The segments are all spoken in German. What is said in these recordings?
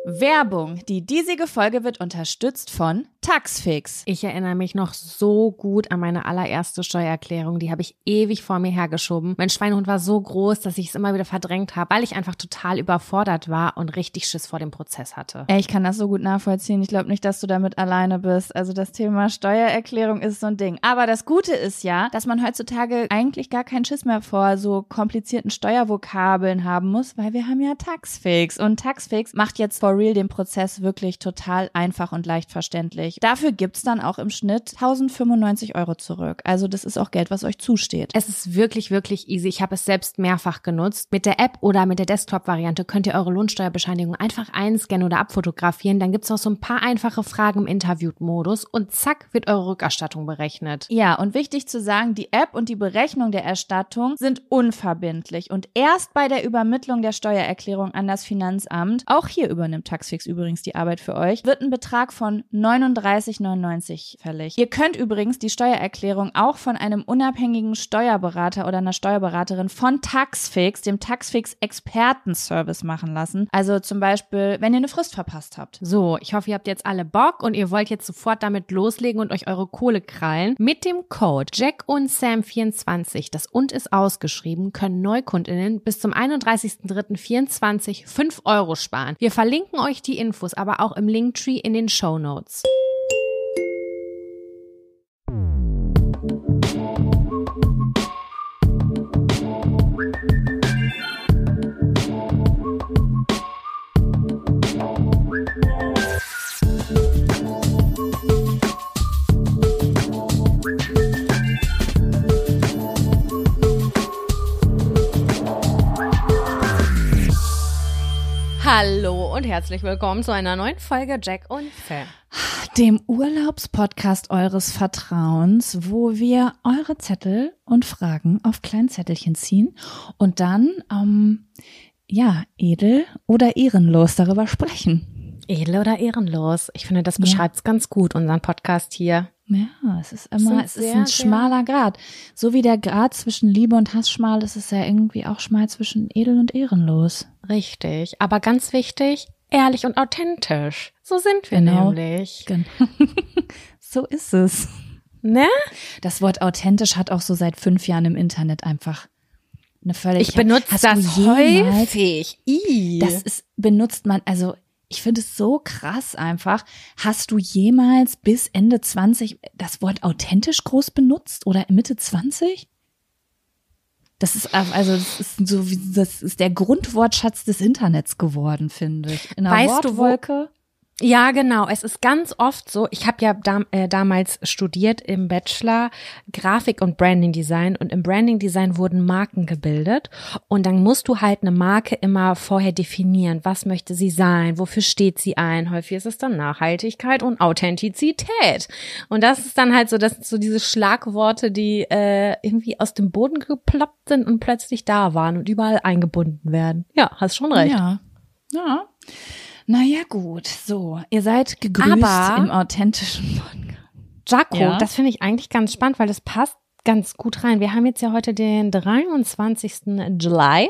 Werbung. Die diesige Folge wird unterstützt von Taxfix. Ich erinnere mich noch so gut an meine allererste Steuererklärung. Die habe ich ewig vor mir hergeschoben. Mein Schweinehund war so groß, dass ich es immer wieder verdrängt habe, weil ich einfach total überfordert war und richtig Schiss vor dem Prozess hatte. Ich kann das so gut nachvollziehen. Ich glaube nicht, dass du damit alleine bist. Also das Thema Steuererklärung ist so ein Ding. Aber das Gute ist ja, dass man heutzutage eigentlich gar keinen Schiss mehr vor so komplizierten Steuervokabeln haben muss, weil wir haben ja Taxfix. Und Taxfix macht jetzt for real den Prozess wirklich total einfach und leicht verständlich. Dafür gibt's dann auch im Schnitt 1095 € zurück. Also das ist auch Geld, was euch zusteht. Es ist wirklich, wirklich easy. Ich habe es selbst mehrfach genutzt. Mit der App oder mit der Desktop-Variante könnt ihr eure Lohnsteuerbescheinigung einfach einscannen oder abfotografieren. Dann gibt's noch so ein paar einfache Fragen im Interview-Modus und zack, wird eure Rückerstattung berechnet. Ja, und wichtig zu sagen, die App und die Berechnung der Erstattung sind unverbindlich. Und erst bei der Übermittlung der Steuererklärung an das Finanzamt, auch hier übernimmt Taxfix übrigens die Arbeit für euch, wird ein Betrag von 39,99 € fällig. Ihr könnt übrigens die Steuererklärung auch von einem unabhängigen Steuerberater oder einer Steuerberaterin von Taxfix, dem Taxfix Expertenservice machen lassen. Also zum Beispiel, wenn ihr eine Frist verpasst habt. So, ich hoffe, ihr habt jetzt alle Bock und ihr wollt jetzt sofort damit loslegen und euch eure Kohle krallen. Mit dem Code Jack und Sam 24, das und ist ausgeschrieben, können NeukundInnen bis zum 31.03.24 5 € sparen. Wir verlinken euch die Infos aber auch im Linktree in den Shownotes. Hallo und herzlich willkommen zu einer neuen Folge Jack und Sam. Dem Urlaubspodcast eures Vertrauens, wo wir eure Zettel und Fragen auf kleinen Zettelchen ziehen und dann, edel oder ehrenlos darüber sprechen. Edel oder ehrenlos? Ich finde, das beschreibt's ganz gut, unseren Podcast hier. Ja, es ist ein schmaler Grat. So wie der Grat zwischen Liebe und Hass schmal ist, es ja irgendwie auch schmal zwischen edel und ehrenlos. Richtig, aber ganz wichtig, ehrlich und authentisch. So sind wir nämlich. Genau. So ist es. Ne? Das Wort authentisch hat auch so seit 5 Jahren im Internet einfach eine völlig... Ich benutze das häufig. Benutzt man, also ich finde es so krass einfach. Hast du jemals bis Ende 20 das Wort authentisch groß benutzt oder Mitte 20? Das ist der Grundwortschatz des Internets geworden, finde ich. In einer Wortwolke. Ja, genau. Es ist ganz oft so, ich habe ja damals studiert im Bachelor Grafik und Branding Design und im Branding Design wurden Marken gebildet und dann musst du halt eine Marke immer vorher definieren. Was möchte sie sein? Wofür steht sie ein? Häufig ist es dann Nachhaltigkeit und Authentizität. Und das ist dann halt so, das sind so diese Schlagworte, die irgendwie aus dem Boden geploppt sind und plötzlich da waren und überall eingebunden werden. Ja, hast schon recht. Ja. Naja, gut, so, ihr seid gegrüßt im authentischen Podcast. Jaco, das finde ich eigentlich ganz spannend, weil das passt ganz gut rein. Wir haben jetzt ja heute den 23. Juli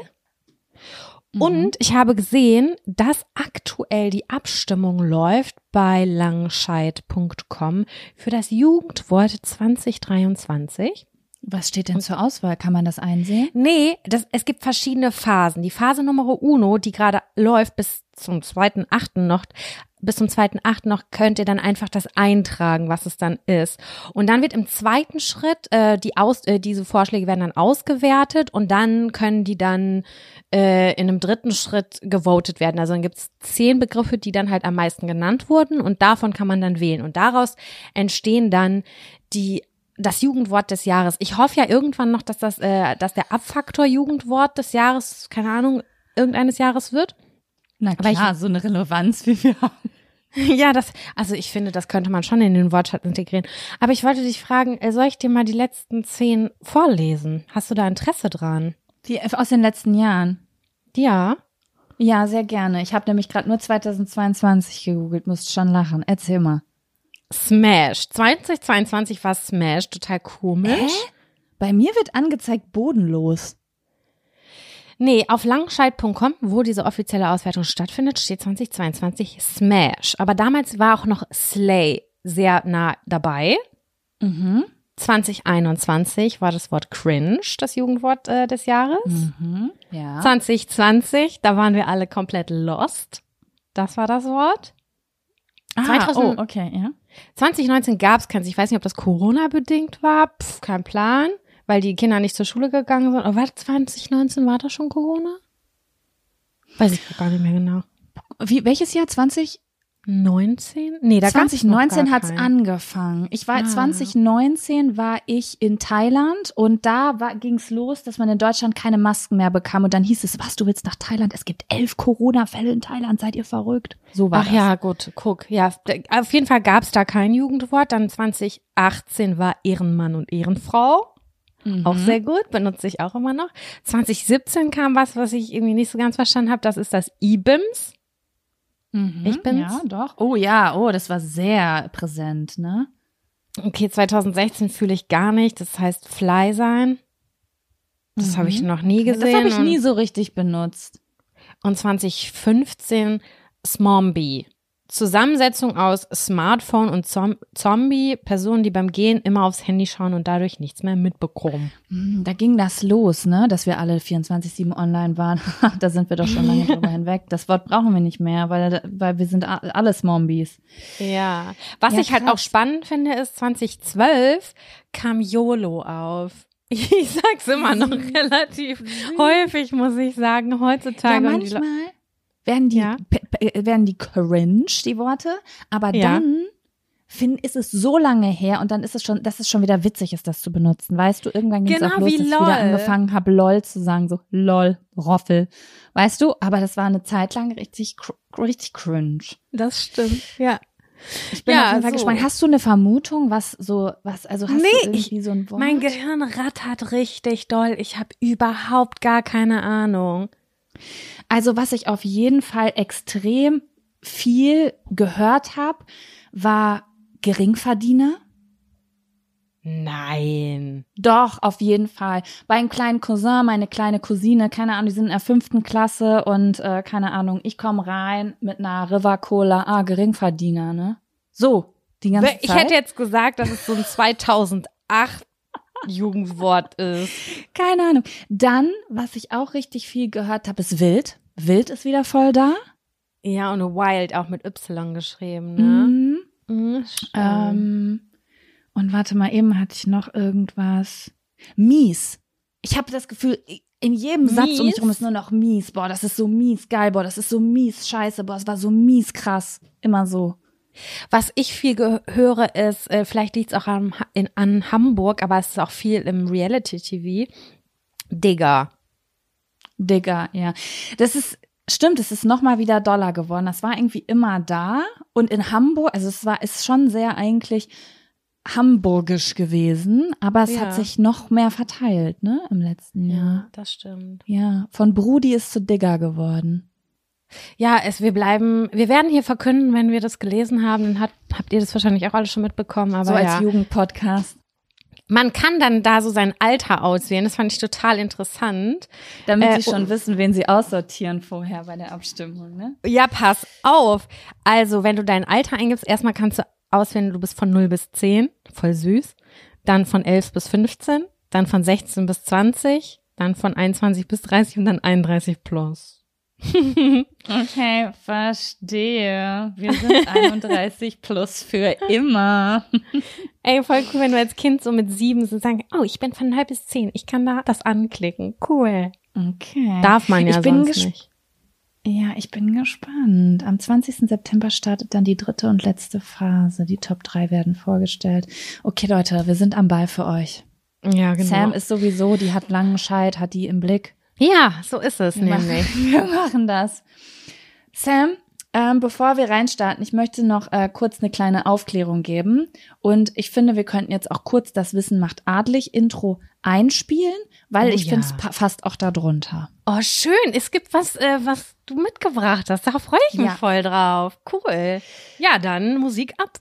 und ich habe gesehen, dass aktuell die Abstimmung läuft bei langscheid.com für das Jugendwort 2023. Was steht denn zur Auswahl? Kann man das einsehen? Nee, es gibt verschiedene Phasen. Die Phase Nummer Uno, die gerade läuft bis zum 2.8. noch, könnt ihr dann einfach das eintragen, was es dann ist. Und dann wird im zweiten Schritt, diese Vorschläge werden dann ausgewertet und dann können die dann in einem dritten Schritt gewotet werden. Also dann gibt es 10 Begriffe, die dann halt am meisten genannt wurden und davon kann man dann wählen. Und daraus entstehen dann das Jugendwort des Jahres. Ich hoffe ja irgendwann noch, dass der Abfaktor Jugendwort des Jahres, keine Ahnung, irgendeines Jahres wird. Na klar, so eine Relevanz wie wir haben. Ja, ich finde, das könnte man schon in den Wortschatz integrieren. Aber ich wollte dich fragen, soll ich dir mal die letzten 10 vorlesen? Hast du da Interesse dran? Die aus den letzten Jahren? Ja. Ja, sehr gerne. Ich habe nämlich gerade nur 2022 gegoogelt, musst schon lachen. Erzähl mal. Smash. 2022 war Smash, total komisch. Hä? Bei mir wird angezeigt bodenlos. Nee, auf Langenscheid.com, wo diese offizielle Auswertung stattfindet, steht 2022 Smash. Aber damals war auch noch Slay sehr nah dabei. 2021 war das Wort Cringe, das Jugendwort des Jahres. Ja. 2020, da waren wir alle komplett lost. Das war das Wort. Okay, ja. 2019 gab es keins. Ich weiß nicht, ob das Corona-bedingt war. Kein Plan, weil die Kinder nicht zur Schule gegangen sind. Aber 2019 war da schon Corona? Weiß ich gar nicht mehr genau. Welches Jahr? 19? Nee, da 2019 hat's angefangen. 2019 war ich in Thailand und da ging's los, dass man in Deutschland keine Masken mehr bekam und dann hieß es, was, du willst nach Thailand? Es gibt 11 Corona-Fälle in Thailand, seid ihr verrückt? So war das. Ach ja, gut, guck. Ja, auf jeden Fall gab's da kein Jugendwort. Dann 2018 war Ehrenmann und Ehrenfrau. Auch sehr gut, benutze ich auch immer noch. 2017 kam was ich irgendwie nicht so ganz verstanden habe. Das ist das IBIMS. Ich bin's. Ja, doch. Oh ja, das war sehr präsent, ne? Okay, 2016 fühle ich gar nicht. Das heißt Fly sein. Das habe ich noch nie gesehen. Das habe ich nie so richtig benutzt. Und 2015 Smombie. Zusammensetzung aus Smartphone und Zombie, Personen, die beim Gehen immer aufs Handy schauen und dadurch nichts mehr mitbekommen. Da ging das los, ne, dass wir alle 24/7 online waren. Da sind wir doch schon lange drüber hinweg. Das Wort brauchen wir nicht mehr, weil wir sind alle Zombies. Ja. Was ich halt auch spannend finde, ist 2012 kam YOLO auf. Ich sag's immer noch relativ häufig, muss ich sagen, heutzutage. Ja, manchmal werden die cringe, die Worte, aber dann ist es so lange her und dann ist es schon, dass es schon wieder witzig ist, das zu benutzen. Weißt du, irgendwann ging es auch los, dass ich wieder angefangen habe, LOL zu sagen, so LOL, Roffel. Weißt du, aber das war eine Zeit lang richtig cringe. Das stimmt, ja. Ich bin auf jeden Fall gespannt. Hast du eine Vermutung, also hast du irgendwie so ein Wort? Mein Gehirn rattert richtig doll. Ich habe überhaupt gar keine Ahnung. Also was ich auf jeden Fall extrem viel gehört habe, war Geringverdiener. Nein. Doch, auf jeden Fall. Bei einem kleinen Cousin, meine kleine Cousine, keine Ahnung, die sind in der 5. Klasse und keine Ahnung, ich komme rein mit einer River Cola, Geringverdiener, ne? So, die ganze Zeit. Ich hätte jetzt gesagt, dass es so ein 2008 Jugendwort ist. Keine Ahnung. Dann, was ich auch richtig viel gehört habe, ist wild. Wild ist wieder voll da. Ja, und wild auch mit Y geschrieben, ne? Und warte mal, eben hatte ich noch irgendwas. Mies. Ich habe das Gefühl, in jedem Satz um mich rum ist nur noch mies. Boah, das ist so mies, geil, boah, das ist so mies, scheiße, boah, es war so mies, krass. Immer so. Was ich viel höre ist, vielleicht liegt es auch an Hamburg, aber es ist auch viel im Reality-TV, Digger, ja. Stimmt, es ist nochmal wieder doller geworden. Das war irgendwie immer da. Und in Hamburg, also ist schon sehr eigentlich hamburgisch gewesen, aber es hat sich noch mehr verteilt, ne, im letzten Jahr. Ja, das stimmt. Ja, von Brudi ist zu Digger geworden. Ja, wir werden hier verkünden, wenn wir das gelesen haben, dann habt ihr das wahrscheinlich auch alle schon mitbekommen, aber so als Jugendpodcast. Man kann dann da so sein Alter auswählen, das fand ich total interessant. Damit sie schon wissen, wen sie aussortieren vorher bei der Abstimmung, ne? Ja, pass auf. Also, wenn du dein Alter eingibst, erstmal kannst du auswählen, du bist von 0 bis 10, voll süß, dann von 11 bis 15, dann von 16 bis 20, dann von 21 bis 30 und dann 31 plus. Okay, verstehe. Wir sind 31 plus für immer. Ey, voll cool, wenn du als Kind so mit 7 so sagen, oh, ich bin von 0 bis 10, ich kann da das anklicken. Cool. Okay. Darf man ja sonst nicht. Ja, ich bin gespannt. Am 20. September startet dann die 3. und letzte Phase. Die Top 3 werden vorgestellt. Okay, Leute, wir sind am Ball für euch. Ja, genau. Sam ist sowieso, die hat Langenscheid, hat die im Blick. Ja, so ist es nämlich. Wir machen das. Sam, bevor wir reinstarten, ich möchte noch kurz eine kleine Aufklärung geben. Und ich finde, wir könnten jetzt auch kurz das Wissen macht adlig Intro einspielen, weil ich finde, es passt auch da drunter. Oh, schön. Es gibt was du mitgebracht hast. Da freue ich mich voll drauf. Cool. Ja, dann Musik ab.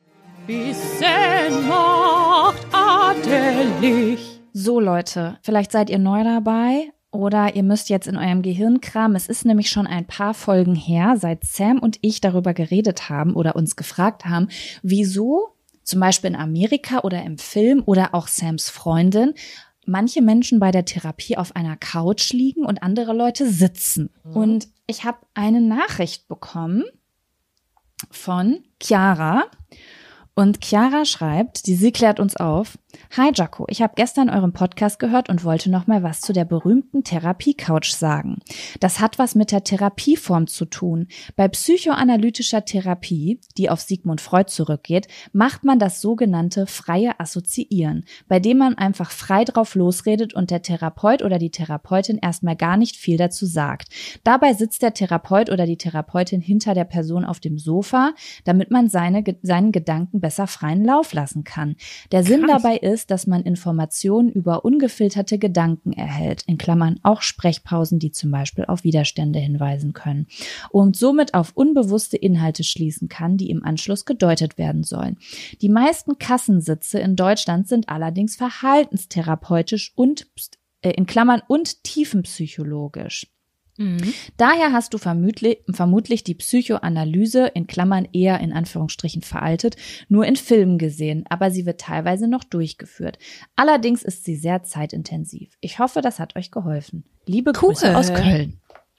Wissen macht adelig. So, Leute, vielleicht seid ihr neu dabei. Oder ihr müsst jetzt in eurem Gehirn kramen. Es ist nämlich schon ein paar Folgen her, seit Sam und ich darüber geredet haben oder uns gefragt haben, wieso zum Beispiel in Amerika oder im Film oder auch Sams Freundin manche Menschen bei der Therapie auf einer Couch liegen und andere Leute sitzen. Und ich habe eine Nachricht bekommen von Chiara. Und Chiara schreibt, sie klärt uns auf: Hi Jaco, ich habe gestern euren Podcast gehört und wollte noch mal was zu der berühmten Therapie-Couch sagen. Das hat was mit der Therapieform zu tun. Bei psychoanalytischer Therapie, die auf Sigmund Freud zurückgeht, macht man das sogenannte freie Assoziieren, bei dem man einfach frei drauf losredet und der Therapeut oder die Therapeutin erstmal gar nicht viel dazu sagt. Dabei sitzt der Therapeut oder die Therapeutin hinter der Person auf dem Sofa, damit man seinen Gedanken besser freien Lauf lassen kann. Der Sinn dabei ist, dass man Informationen über ungefilterte Gedanken erhält, in Klammern auch Sprechpausen, die zum Beispiel auf Widerstände hinweisen können, und somit auf unbewusste Inhalte schließen kann, die im Anschluss gedeutet werden sollen. Die meisten Kassensitze in Deutschland sind allerdings verhaltenstherapeutisch und in Klammern und tiefenpsychologisch. Daher hast du vermutlich die Psychoanalyse, in Klammern eher in Anführungsstrichen veraltet, nur in Filmen gesehen, aber sie wird teilweise noch durchgeführt. Allerdings ist sie sehr zeitintensiv. Ich hoffe, das hat euch geholfen. Liebe Grüße aus Köln.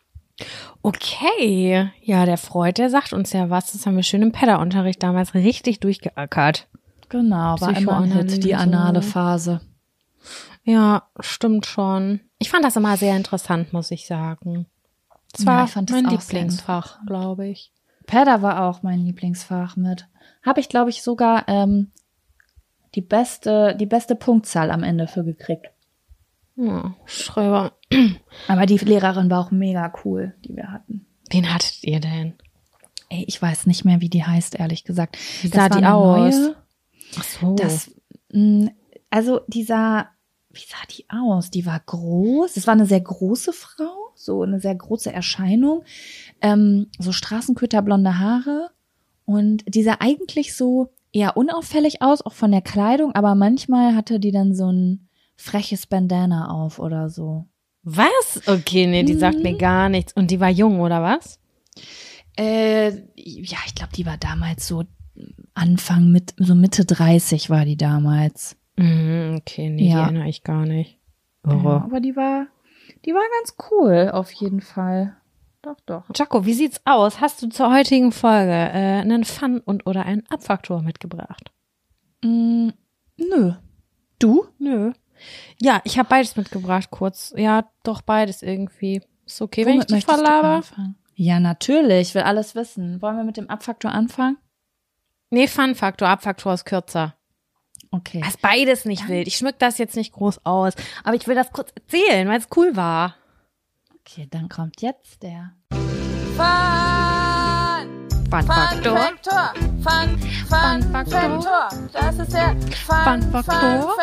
Okay, ja, der Freud, der sagt uns ja was. Das haben wir schön im Pedda-Unterricht damals richtig durchgeackert. Genau, war immer ein Hit, die anale Phase. Ja, stimmt schon. Ich fand das immer sehr interessant, muss ich sagen. Das war mein Lieblingsfach, glaube ich. Pedda war auch mein Lieblingsfach mit. Habe ich, glaube ich, sogar die beste Punktzahl am Ende für gekriegt. Ja, Schreiber. Aber die Lehrerin war auch mega cool, die wir hatten. Wen hattet ihr denn? Ey, ich weiß nicht mehr, wie die heißt, ehrlich gesagt. Wie sah die aus? Ach so. Wie sah die aus? Die war groß. Es war eine sehr große Frau, so eine sehr große Erscheinung. So straßenköterblonde Haare. Und die sah eigentlich so eher unauffällig aus, auch von der Kleidung. Aber manchmal hatte die dann so ein freches Bandana auf oder so. Was? Okay, nee, die sagt mir gar nichts. Und die war jung, oder was? Ja, ich glaube, die war damals so so Mitte 30 war die damals. Okay, nee, ja. Die erinnere ich gar nicht. Ja, aber die war ganz cool, auf jeden Fall. Doch. Jaco, wie sieht's aus? Hast du zur heutigen Folge einen Fun- oder einen Abfaktor mitgebracht? Nö. Du? Nö. Ja, ich habe beides mitgebracht, kurz. Ja, doch, beides irgendwie. Ist okay, wenn ich dich verlaber? Ja, natürlich. Ich will alles wissen. Wollen wir mit dem Abfaktor anfangen? Nee, Fun-Faktor. Abfaktor ist kürzer. Okay. Das ist beides nicht wild. Ich schmück das jetzt nicht groß aus. Aber ich will das kurz erzählen, weil es cool war. Okay, dann kommt jetzt der Fun-Faktor. Fun-Faktor. Das ist der Fun-Faktor.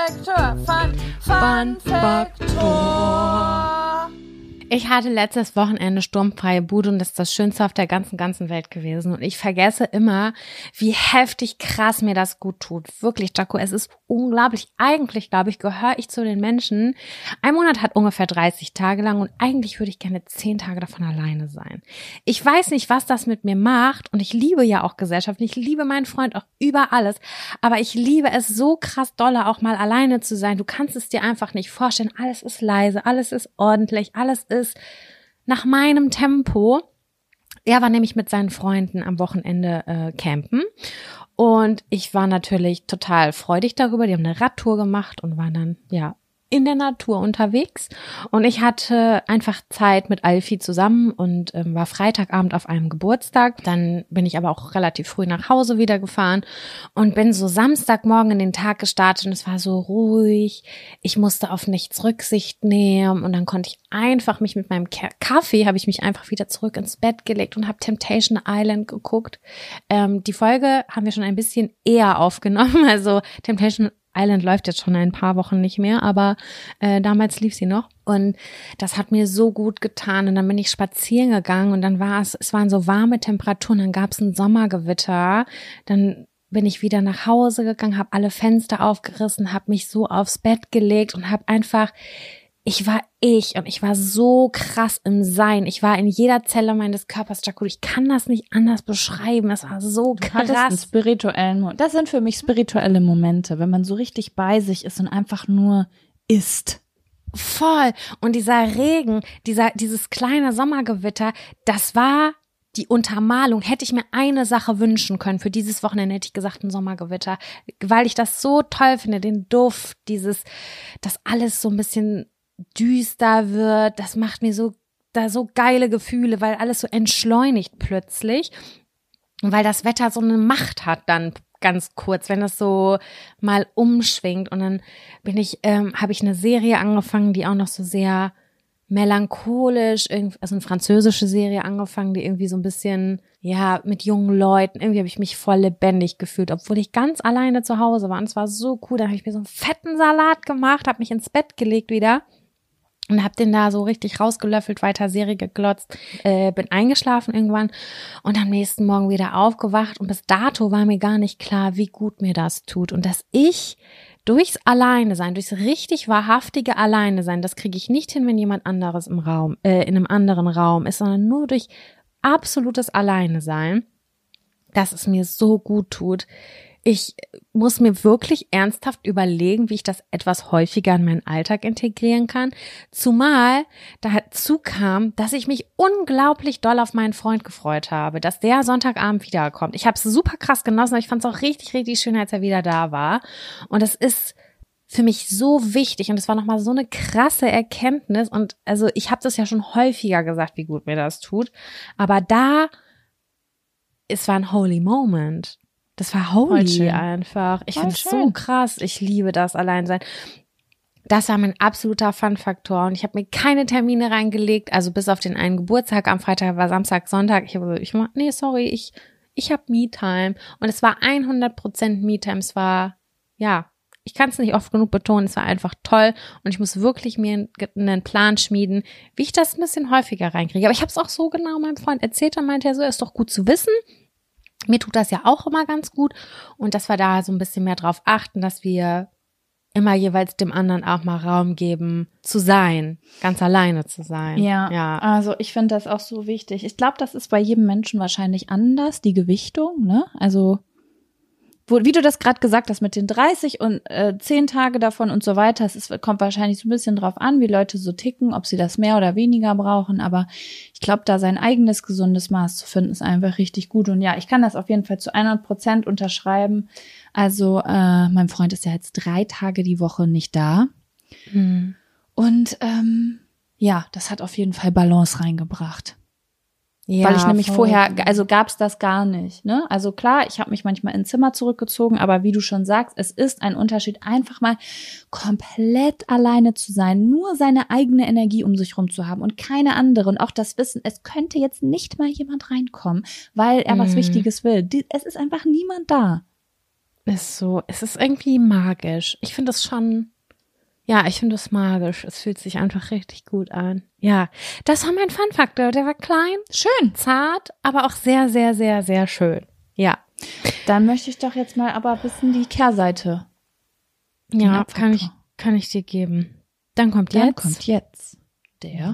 Fun-Faktor. Ich hatte letztes Wochenende sturmfreie Bude und das ist das Schönste auf der ganzen Welt gewesen. Und ich vergesse immer, wie heftig krass mir das gut tut. Wirklich, Jaco, es ist unglaublich. Eigentlich, glaube ich, gehöre ich zu den Menschen. Ein Monat hat ungefähr 30 Tage lang und eigentlich würde ich gerne 10 Tage davon alleine sein. Ich weiß nicht, was das mit mir macht und ich liebe ja auch Gesellschaft. Ich liebe meinen Freund auch über alles. Aber ich liebe es so krass dolle, auch mal alleine zu sein. Du kannst es dir einfach nicht vorstellen. Alles ist leise, alles ist ordentlich, alles ist nach meinem Tempo. Er war nämlich mit seinen Freunden am Wochenende campen und ich war natürlich total freudig darüber. Die haben eine Radtour gemacht und waren dann in der Natur unterwegs und ich hatte einfach Zeit mit Alfie zusammen und war Freitagabend auf einem Geburtstag. Dann bin ich aber auch relativ früh nach Hause wieder gefahren und bin so Samstagmorgen in den Tag gestartet und es war so ruhig. Ich musste auf nichts Rücksicht nehmen und dann konnte ich einfach mich mit meinem Kaffee, habe ich mich einfach wieder zurück ins Bett gelegt und habe Temptation Island geguckt. Die Folge haben wir schon ein bisschen eher aufgenommen, also Temptation Island läuft jetzt schon ein paar Wochen nicht mehr, aber damals lief sie noch und das hat mir so gut getan und dann bin ich spazieren gegangen und dann es waren so warme Temperaturen, dann gab es ein Sommergewitter, dann bin ich wieder nach Hause gegangen, habe alle Fenster aufgerissen, habe mich so aufs Bett gelegt und habe einfach ich war und ich war so krass im Sein. Ich war in jeder Zelle meines Körpers, Jaco. Ich kann das nicht anders beschreiben. Es war so krass. Einen spirituellen Moment. Das sind für mich spirituelle Momente, wenn man so richtig bei sich ist und einfach nur ist. Voll. Und dieser Regen, dieses kleine Sommergewitter, das war die Untermalung. Hätte ich mir eine Sache wünschen können für dieses Wochenende, hätte ich gesagt, ein Sommergewitter. Weil ich das so toll finde, den Duft, dass alles so ein bisschen düster wird, das macht mir so geile Gefühle, weil alles so entschleunigt plötzlich und weil das Wetter so eine Macht hat dann ganz kurz, wenn das so mal umschwingt und dann habe ich eine Serie angefangen, die auch noch so sehr melancholisch, also eine französische Serie angefangen, die irgendwie so ein bisschen, ja, mit jungen Leuten, irgendwie habe ich mich voll lebendig gefühlt, obwohl ich ganz alleine zu Hause war und es war so cool, da habe ich mir so einen fetten Salat gemacht, habe mich ins Bett gelegt wieder und hab den da so richtig rausgelöffelt, weiter Serie geglotzt, bin eingeschlafen irgendwann und am nächsten Morgen wieder aufgewacht und bis dato war mir gar nicht klar, wie gut mir das tut und dass ich durchs Alleine sein, durchs richtig wahrhaftige Alleine sein, das kriege ich nicht hin, wenn jemand anderes im Raum, in einem anderen Raum ist, sondern nur durch absolutes Alleine sein, dass es mir so gut tut. Ich muss mir wirklich ernsthaft überlegen, wie ich das etwas häufiger in meinen Alltag integrieren kann. Zumal dazu kam, dass ich mich unglaublich doll auf meinen Freund gefreut habe, dass der Sonntagabend wiederkommt. Ich habe es super krass genossen, aber ich fand es auch richtig, richtig schön, als er wieder da war. Und das ist für mich so wichtig und es war nochmal so eine krasse Erkenntnis. Und also ich habe das ja schon häufiger gesagt, wie gut mir das tut. Aber es war ein holy moment. Das war holy einfach. Ich finde es so krass. Ich liebe das Alleinsein. Das war mein absoluter Fun-Faktor. Und ich habe mir keine Termine reingelegt, also bis auf den einen Geburtstag. Am Freitag war Samstag, Sonntag. Ich habe habe Me-Time. Und es war 100% Me-Time. Es war, ja, ich kann es nicht oft genug betonen, es war einfach toll. Und ich muss wirklich mir einen Plan schmieden, wie ich das ein bisschen häufiger reinkriege. Aber ich habe es auch so genau meinem Freund erzählt. Und meinte er so, ist doch gut zu wissen. Mir tut das ja auch immer ganz gut und dass wir da so ein bisschen mehr drauf achten, dass wir immer jeweils dem anderen auch mal Raum geben, zu sein, ganz alleine zu sein. Ja. Also ich finde das auch so wichtig. Ich glaube, das ist bei jedem Menschen wahrscheinlich anders, die Gewichtung, ne? Also wie du das gerade gesagt hast mit den 30 und 10 Tage davon und so weiter, kommt wahrscheinlich so ein bisschen drauf an, wie Leute so ticken, ob sie das mehr oder weniger brauchen, aber ich glaube, da sein eigenes gesundes Maß zu finden, ist einfach richtig gut und ja, ich kann das auf jeden Fall zu 100% unterschreiben. Also mein Freund ist ja jetzt 3 Tage die Woche nicht da und ja, das hat auf jeden Fall Balance reingebracht. Ja, weil ich nämlich vorher, also gab's das gar nicht, ne? Also klar, ich habe mich manchmal ins Zimmer zurückgezogen, aber wie du schon sagst, es ist ein Unterschied, einfach mal komplett alleine zu sein, nur seine eigene Energie um sich rum zu haben und keine andere und auch das Wissen, es könnte jetzt nicht mal jemand reinkommen, weil er was Wichtiges will. Es ist einfach niemand da. Ist so, es ist irgendwie magisch. Ich finde es schon... Ja, ich finde es magisch. Es fühlt sich einfach richtig gut an. Ja, das war mein Fun-Faktor. Der war klein, schön, zart, aber auch sehr, sehr, sehr, sehr schön. Ja. Dann möchte ich doch jetzt mal aber wissen, die Kehrseite. Ja, kann ich dir geben. Dann kommt jetzt der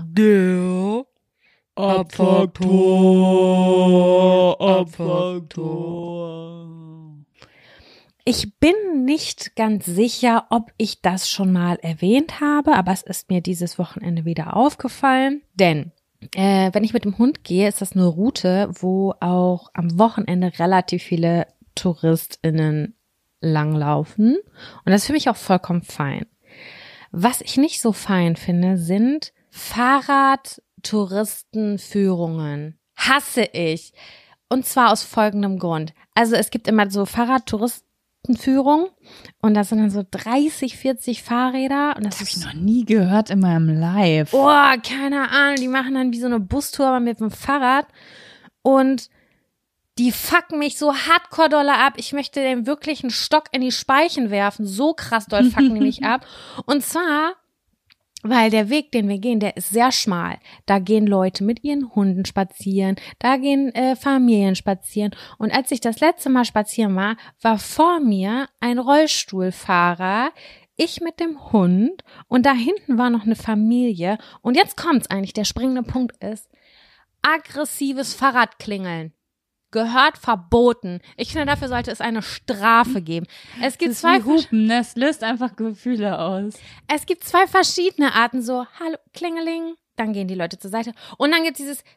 Abfaktor. Ich bin nicht ganz sicher, ob ich das schon mal erwähnt habe, aber es ist mir dieses Wochenende wieder aufgefallen, denn wenn ich mit dem Hund gehe, ist das eine Route, wo auch am Wochenende relativ viele TouristInnen langlaufen und das ist für mich auch vollkommen fein. Was ich nicht so fein finde, sind Fahrradtouristenführungen. Hasse ich. Und zwar aus folgendem Grund. Also es gibt immer so Fahrradtouristenführung und da sind dann so 30, 40 Fahrräder und das habe ich noch nie gehört in meinem Live. Oh, keine Ahnung, die machen dann wie so eine Bustour aber mit dem Fahrrad und die fucken mich so hardcore doll ab. Ich möchte dem wirklich einen Stock in die Speichen werfen. So krass doll fucken die mich ab. Und zwar, weil der Weg, den wir gehen, der ist sehr schmal. Da gehen Leute mit ihren Hunden spazieren, da gehen Familien spazieren. Und als ich das letzte Mal spazieren war vor mir ein Rollstuhlfahrer ich mit dem Hund und da hinten war noch eine Familie. Und jetzt kommt's eigentlich, der springende Punkt ist, aggressives Fahrradklingeln. Gehört verboten. Ich finde, dafür sollte es eine Strafe geben. Es gibt das ist wie Hupen, ne? Es löst einfach Gefühle aus. Es gibt 2 verschiedene Arten, so, hallo, Klingeling, dann gehen die Leute zur Seite. Und dann gibt's dieses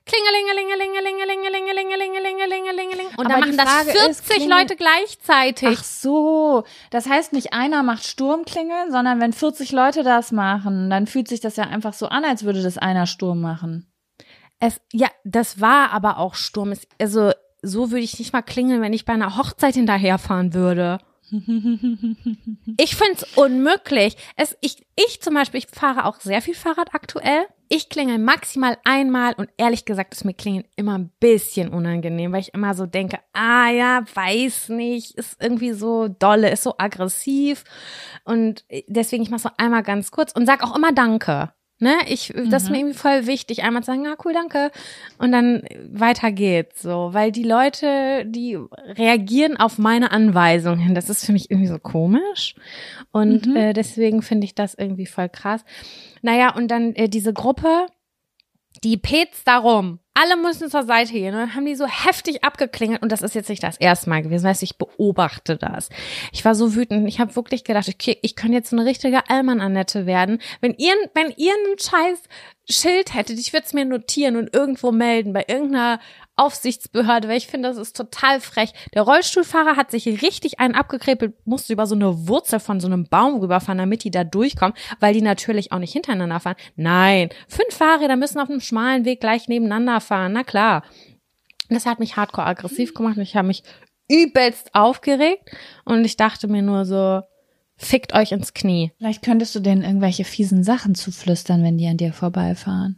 Klingelingelingelingelingelingelingelingelingelingelingeling. Und dann machen das 40 Leute gleichzeitig. Ach so, das heißt nicht einer macht Sturmklingeln, sondern wenn 40 Leute das machen, dann fühlt sich das ja einfach so an, als würde das einer Sturm machen. Das war aber auch Sturm. Also, so würde ich nicht mal klingeln, wenn ich bei einer Hochzeit hinterherfahren würde. Ich find's unmöglich. Ich zum Beispiel, ich fahre auch sehr viel Fahrrad aktuell. Ich klingel maximal einmal und ehrlich gesagt ist mir Klingeln immer ein bisschen unangenehm, weil ich immer so denke, weiß nicht, ist irgendwie so dolle, ist so aggressiv und deswegen ich mache so einmal ganz kurz und sag auch immer Danke. Ne, das ist mir irgendwie voll wichtig, einmal zu sagen, cool, danke, und dann weiter geht's, so, weil die Leute, die reagieren auf meine Anweisung hin, das ist für mich irgendwie so komisch und deswegen finde ich das irgendwie voll krass. Naja, und dann diese Gruppe, die petzt darum, alle müssen zur Seite gehen und dann haben die so heftig abgeklingelt und das ist jetzt nicht das erste Mal gewesen, weißt du, ich beobachte das. Ich war so wütend, ich habe wirklich gedacht, ich kann jetzt so eine richtige Allmann-Annette werden. Wenn ihr einen scheiß Schild hättet, ich würde es mir notieren und irgendwo melden, bei irgendeiner Aufsichtsbehörde, weil ich finde, das ist total frech. Der Rollstuhlfahrer hat sich richtig einen abgekrepelt, musste über so eine Wurzel von so einem Baum rüberfahren, damit die da durchkommen, weil die natürlich auch nicht hintereinander fahren. Nein, 5 Fahrräder müssen auf einem schmalen Weg gleich nebeneinander fahren, na klar. Das hat mich hardcore aggressiv gemacht und ich habe mich übelst aufgeregt und ich dachte mir nur so, fickt euch ins Knie. Vielleicht könntest du denen irgendwelche fiesen Sachen zuflüstern, wenn die an dir vorbeifahren.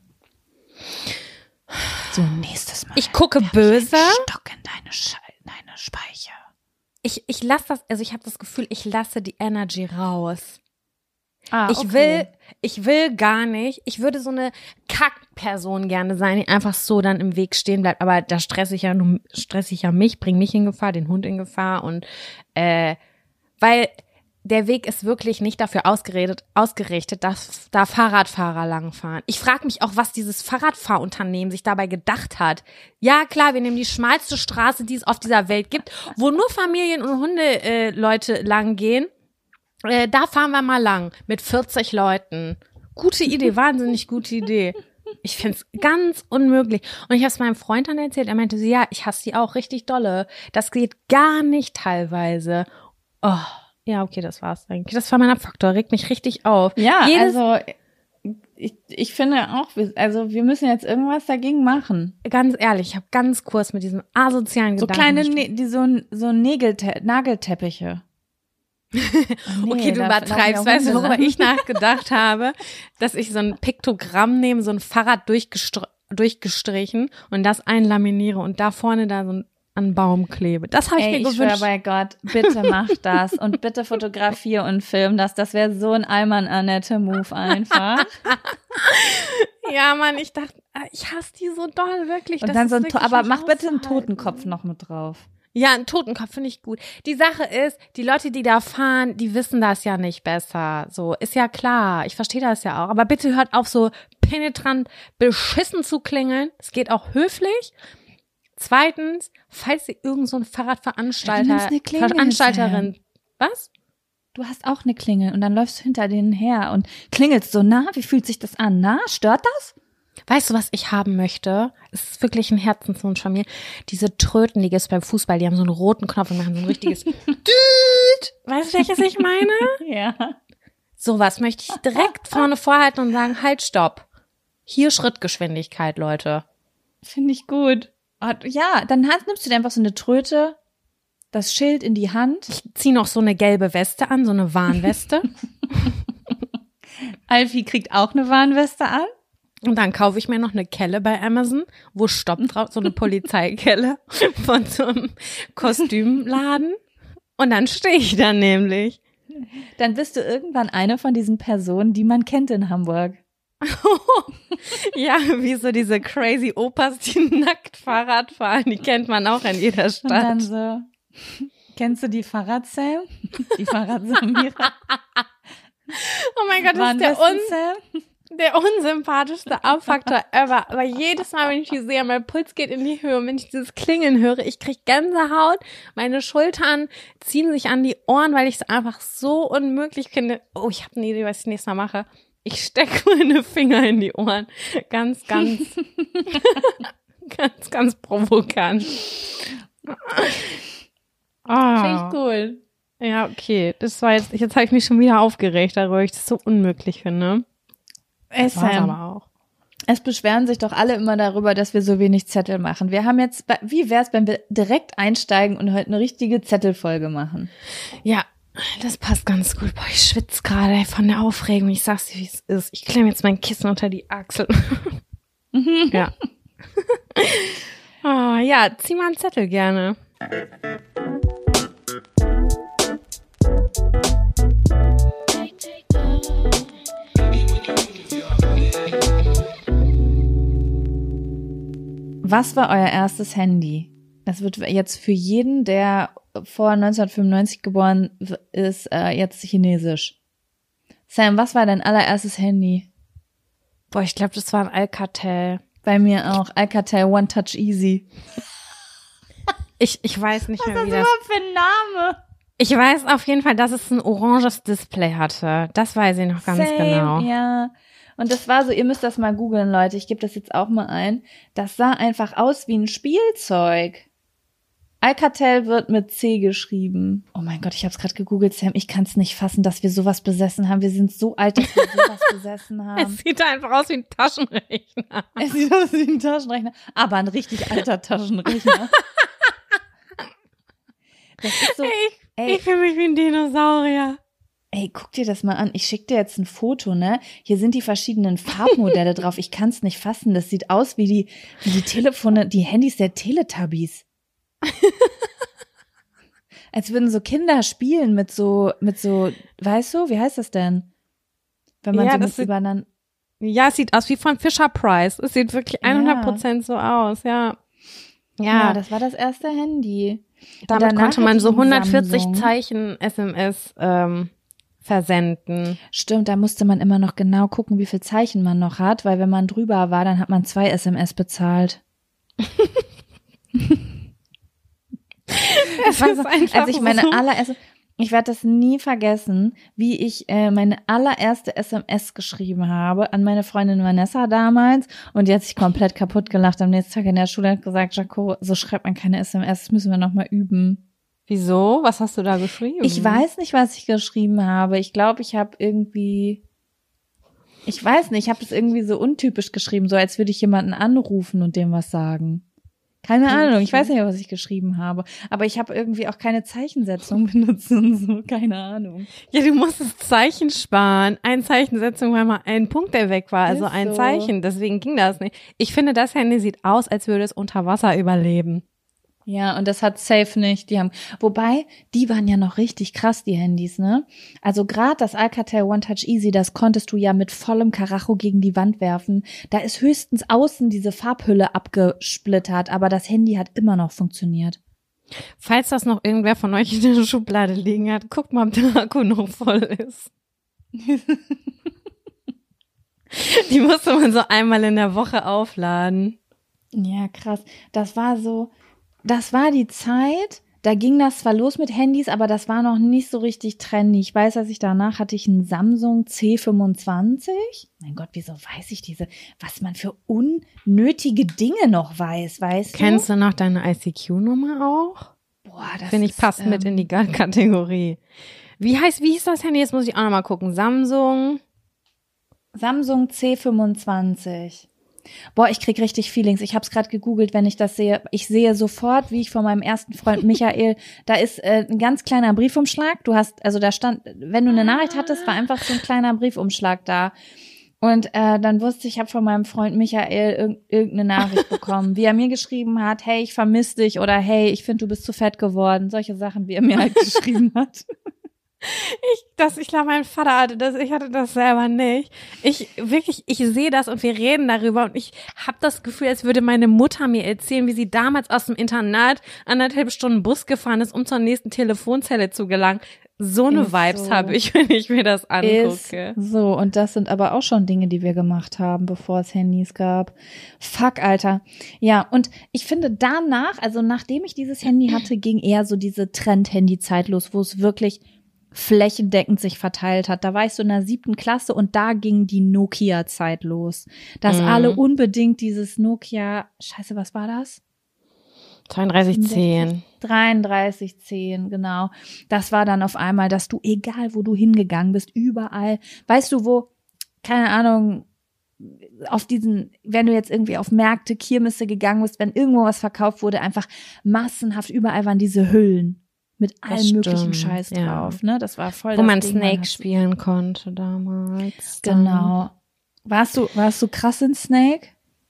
So, nächstes Mal. Ich gucke böse. Stock in deine Speiche. Ich lasse das, also ich habe das Gefühl, ich lasse die Energy raus. Okay. Ich will gar nicht, ich würde so eine Kackperson gerne sein, die einfach so dann im Weg stehen bleibt, aber da stress ich ja mich, bring mich in Gefahr, den Hund in Gefahr und weil der Weg ist wirklich nicht dafür ausgerichtet, dass da Fahrradfahrer langfahren. Ich frage mich auch, was dieses Fahrradfahrunternehmen sich dabei gedacht hat. Ja, klar, wir nehmen die schmalste Straße, die es auf dieser Welt gibt, wo nur Familien und Hundeleute lang gehen. Da fahren wir mal lang mit 40 Leuten. Gute Idee, wahnsinnig gute Idee. Ich find's ganz unmöglich. Und ich habe es meinem Freund dann erzählt, er meinte so, ja, ich hasse die auch richtig dolle. Das geht gar nicht teilweise. Oh. Ja, okay, das war's eigentlich. Das war mein Abfaktor, regt mich richtig auf. Ja, also ich finde auch, wir müssen jetzt irgendwas dagegen machen. Ganz ehrlich, ich habe ganz kurz mit diesem asozialen so Gedanken. So Nagelteppiche. Oh, okay, du übertreibst. Weißt du, worüber ich nachgedacht habe? Dass ich so ein Piktogramm nehme, so ein Fahrrad durchgestrichen und das einlaminiere und da vorne da so an Baum klebe. Das habe ich mir gewünscht. Ich schwöre bei Gott, bitte mach das und bitte fotografiere und film das. Das wäre so ein Allmann-Annette-Move einfach. Ja, Mann, ich dachte, ich hasse die so doll, wirklich. Und das dann so aber mach bitte einen aushalten. Totenkopf noch mit drauf. Ja, ein Totenkopf finde ich gut. Die Sache ist, die Leute, die da fahren, die wissen das ja nicht besser. So, ist ja klar. Ich verstehe das ja auch. Aber bitte hört auf, so penetrant beschissen zu klingeln. Es geht auch höflich. Zweitens, falls ihr irgend so ein Veranstalterin, was? Du hast auch eine Klingel und dann läufst du hinter denen her und klingelst so, na, wie fühlt sich das an? Na, stört das? Weißt du, was ich haben möchte? Es ist wirklich ein Herzenswunsch von mir. Diese Tröten, die gibt's beim Fußball, die haben so einen roten Knopf und machen so ein richtiges Düt. Weißt du, welches ich meine? Ja. Sowas möchte ich direkt vorne vorhalten und sagen, halt, stopp. Hier Schrittgeschwindigkeit, Leute. Finde ich gut. Ja, dann nimmst du dir einfach so eine Tröte, das Schild in die Hand. Ich zieh noch so eine gelbe Weste an, so eine Warnweste. Alfie kriegt auch eine Warnweste an. Und dann kaufe ich mir noch eine Kelle bei Amazon, wo Stopp drauf, so eine Polizeikelle von so einem Kostümladen. Und dann stehe ich da nämlich. Dann bist du irgendwann eine von diesen Personen, die man kennt in Hamburg. Ja, wie so diese crazy Opas, die nackt Fahrrad fahren, die kennt man auch in jeder Stadt. Und dann so, kennst du die Fahrrad-Sam? Die Fahrrad-Samira? mein Gott, das ist der unsympathischste Abfaktor ever. Aber jedes Mal, wenn ich die sehe, mein Puls geht in die Höhe. Und wenn ich dieses Klingeln höre, ich krieg Gänsehaut. Meine Schultern ziehen sich an die Ohren, weil ich es einfach so unmöglich finde. Oh, ich habe eine Idee, was ich nächstes Mal mache. Ich stecke meine Finger in die Ohren. Ganz, ganz, ganz provokant. Finde ich cool. Ja, okay. Das war jetzt habe ich mich schon wieder aufgeregt darüber, weil ich das so unmöglich finde. Das war's aber auch. Es beschweren sich doch alle immer darüber, dass wir so wenig Zettel machen. Wir haben jetzt, wie wär's, wenn wir direkt einsteigen und heute eine richtige Zettelfolge machen? Ja, das passt ganz gut. Boah, ich schwitze gerade von der Aufregung. Ich sag's dir, wie es ist. Ich klemme jetzt mein Kissen unter die Achsel. Ja. Oh, ja, zieh mal einen Zettel gerne. Was war euer erstes Handy? Das wird jetzt für jeden, der vor 1995 geboren ist, jetzt chinesisch. Sam, was war dein allererstes Handy? Boah, ich glaube, das war ein Alcatel. Bei mir auch. Alcatel One Touch Easy. Ich weiß nicht mehr, wie das... Was ist das überhaupt für ein Name? Ich weiß auf jeden Fall, dass es ein oranges Display hatte. Das weiß ich noch ganz genau. Ja. Und das war so, ihr müsst das mal googeln, Leute. Ich gebe das jetzt auch mal ein. Das sah einfach aus wie ein Spielzeug. Alcatel wird mit C geschrieben. Oh mein Gott, ich habe es gerade gegoogelt, Sam. Ich kann es nicht fassen, dass wir sowas besessen haben. Wir sind so alt, dass wir sowas besessen haben. Es sieht einfach aus wie ein Taschenrechner. Es sieht aus wie ein Taschenrechner. Aber ein richtig alter Taschenrechner. Das ist so, ich fühle mich wie ein Dinosaurier. Ey, guck dir das mal an. Ich schicke dir jetzt ein Foto, ne? Hier sind die verschiedenen Farbmodelle drauf. Ich kann es nicht fassen. Das sieht aus wie die Telefone, die Handys der Teletubbies. Als würden so Kinder spielen mit so, weißt du, wie heißt das denn? Wenn man so mit übereinander. Ja, es sieht aus wie von Fisher-Price. Es sieht wirklich 100% so aus, ja. Ja, das war das erste Handy. Damit konnte man so 140 Zeichen SMS versenden. Stimmt, da musste man immer noch genau gucken, wie viel Zeichen man noch hat, weil wenn man drüber war, dann hat man 2 SMS bezahlt. Ich werde das nie vergessen, wie ich meine allererste SMS geschrieben habe an meine Freundin Vanessa damals, und die hat sich komplett kaputt gelacht am nächsten Tag in der Schule und hat gesagt, Jaco, so schreibt man keine SMS, das müssen wir nochmal üben. Wieso? Was hast du da geschrieben? Ich weiß nicht, was ich geschrieben habe. Ich glaube, ich habe irgendwie, ich weiß nicht, ich habe es irgendwie so untypisch geschrieben, so als würde ich jemanden anrufen und dem was sagen. Keine Ahnung, ich weiß nicht, was ich geschrieben habe. Aber ich habe irgendwie auch keine Zeichensetzung benutzt und so, keine Ahnung. Ja, du musstest Zeichen sparen. Eine Zeichensetzung war mal ein Punkt, der weg war, also ein Zeichen. Deswegen ging das nicht. Ich finde, das Handy sieht aus, als würde es unter Wasser überleben. Ja, und das hat safe nicht. Wobei, die waren ja noch richtig krass, die Handys, ne? Also gerade das Alcatel One Touch Easy, das konntest du ja mit vollem Karacho gegen die Wand werfen. Da ist höchstens außen diese Farbhülle abgesplittert, aber das Handy hat immer noch funktioniert. Falls das noch irgendwer von euch in der Schublade liegen hat, guckt mal, ob der Akku noch voll ist. Die musste man so einmal in der Woche aufladen. Ja, krass. Das war die Zeit, da ging das zwar los mit Handys, aber das war noch nicht so richtig trendy. Ich weiß, dass danach hatte ich einen Samsung C25. Mein Gott, wieso weiß ich was man für unnötige Dinge noch weiß, weißt du? Kennst du noch deine ICQ-Nummer auch? Boah, das finde ich passt mit in die Kategorie. Wie hieß das Handy? Jetzt muss ich auch noch mal gucken. Samsung C25. Boah, ich krieg richtig Feelings. Ich habe es gerade gegoogelt, wenn ich das sehe. Ich sehe sofort, wie ich von meinem ersten Freund Michael, da ist ein ganz kleiner Briefumschlag. Da stand, wenn du eine Nachricht hattest, war einfach so ein kleiner Briefumschlag da. Und dann wusste ich habe von meinem Freund Michael irgendeine Nachricht bekommen, wie er mir geschrieben hat, hey, ich vermisse dich, oder hey, ich finde, du bist zu fett geworden. Solche Sachen, wie er mir halt geschrieben hat. Ich glaube, mein Vater hatte das, ich hatte das selber nicht. Ich sehe das und wir reden darüber und ich habe das Gefühl, als würde meine Mutter mir erzählen, wie sie damals aus dem Internat 1,5 Stunden Bus gefahren ist, um zur nächsten Telefonzelle zu gelangen. So eine Ist Vibes so. habe ich, wenn ich mir das angucke. Ist so, und das sind aber auch schon Dinge, die wir gemacht haben, bevor es Handys gab. Fuck, Alter. Ja, und ich finde danach, also nachdem ich dieses Handy hatte, ging eher so diese Trend-Handy-Zeit los, wo es wirklich flächendeckend sich verteilt hat. Da war ich so in der 7. Klasse und da ging die Nokia-Zeit los. Dass alle unbedingt dieses Nokia, scheiße, was war das? 3210. 3310, genau. Das war dann auf einmal, dass du, egal wo du hingegangen bist, überall, weißt du wo, keine Ahnung, auf diesen, wenn du jetzt irgendwie auf Märkte, Kirmesse gegangen bist, wenn irgendwo was verkauft wurde, einfach massenhaft, überall waren diese Hüllen mit allem möglichen Scheiß drauf, ne? Das war voll wo das man Ding, Snake spielen konnte damals. Genau. Warst du krass in Snake?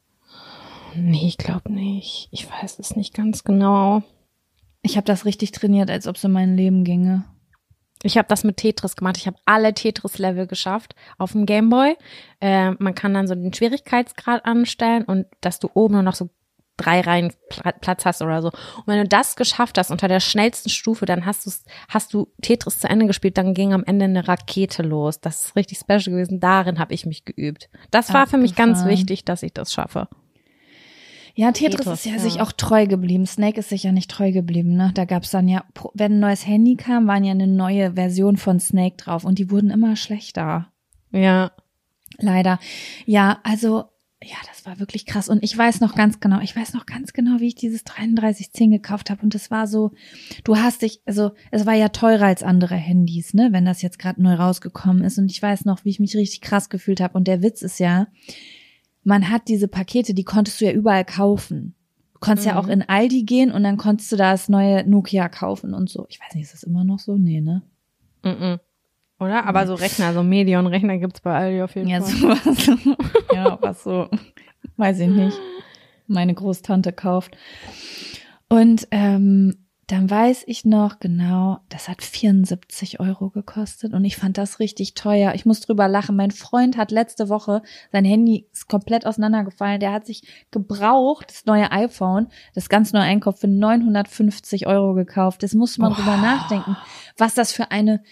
Nee, ich glaube nicht. Ich weiß es nicht ganz genau. Ich habe das richtig trainiert, als ob es in mein Leben ginge. Ich habe das mit Tetris gemacht. Ich habe alle Tetris-Level geschafft auf dem Gameboy. Man kann dann so den Schwierigkeitsgrad anstellen und dass du oben nur noch so 3 Reihen Platz hast oder so. Und wenn du das geschafft hast unter der schnellsten Stufe, dann hast du Tetris zu Ende gespielt, dann ging am Ende eine Rakete los. Das ist richtig special gewesen. Darin habe ich mich geübt. Das war für mich ganz wichtig, dass ich das schaffe. Ja, Tetris ist ja sich auch treu geblieben. Snake ist sich ja nicht treu geblieben, ne? Da gab's dann ja, wenn ein neues Handy kam, waren ja eine neue Version von Snake drauf und die wurden immer schlechter. Ja. Leider. Ja, also, ja, das war wirklich krass. Und ich weiß noch ganz genau, wie ich dieses 3310 gekauft habe. Und es war so, es war ja teurer als andere Handys, ne? Wenn das jetzt gerade neu rausgekommen ist. Und ich weiß noch, wie ich mich richtig krass gefühlt habe. Und der Witz ist ja, man hat diese Pakete, die konntest du ja überall kaufen. Du konntest ja auch in Aldi gehen und dann konntest du da das neue Nokia kaufen und so. Ich weiß nicht, ist das immer noch so? Nee, ne? Oder? Aber so Rechner, so Medion-Rechner gibt's bei Aldi auf jeden Fall. Sowas. Ja, was so, weiß ich nicht, meine Großtante kauft. Und dann weiß ich noch genau, das hat 74 € gekostet und ich fand das richtig teuer. Ich muss drüber lachen. Mein Freund hat letzte Woche, sein Handy ist komplett auseinandergefallen. Der hat sich gebraucht, das neue iPhone, das ganz neue Einkauf für 950 € gekauft. Das muss man drüber nachdenken, was das für eine,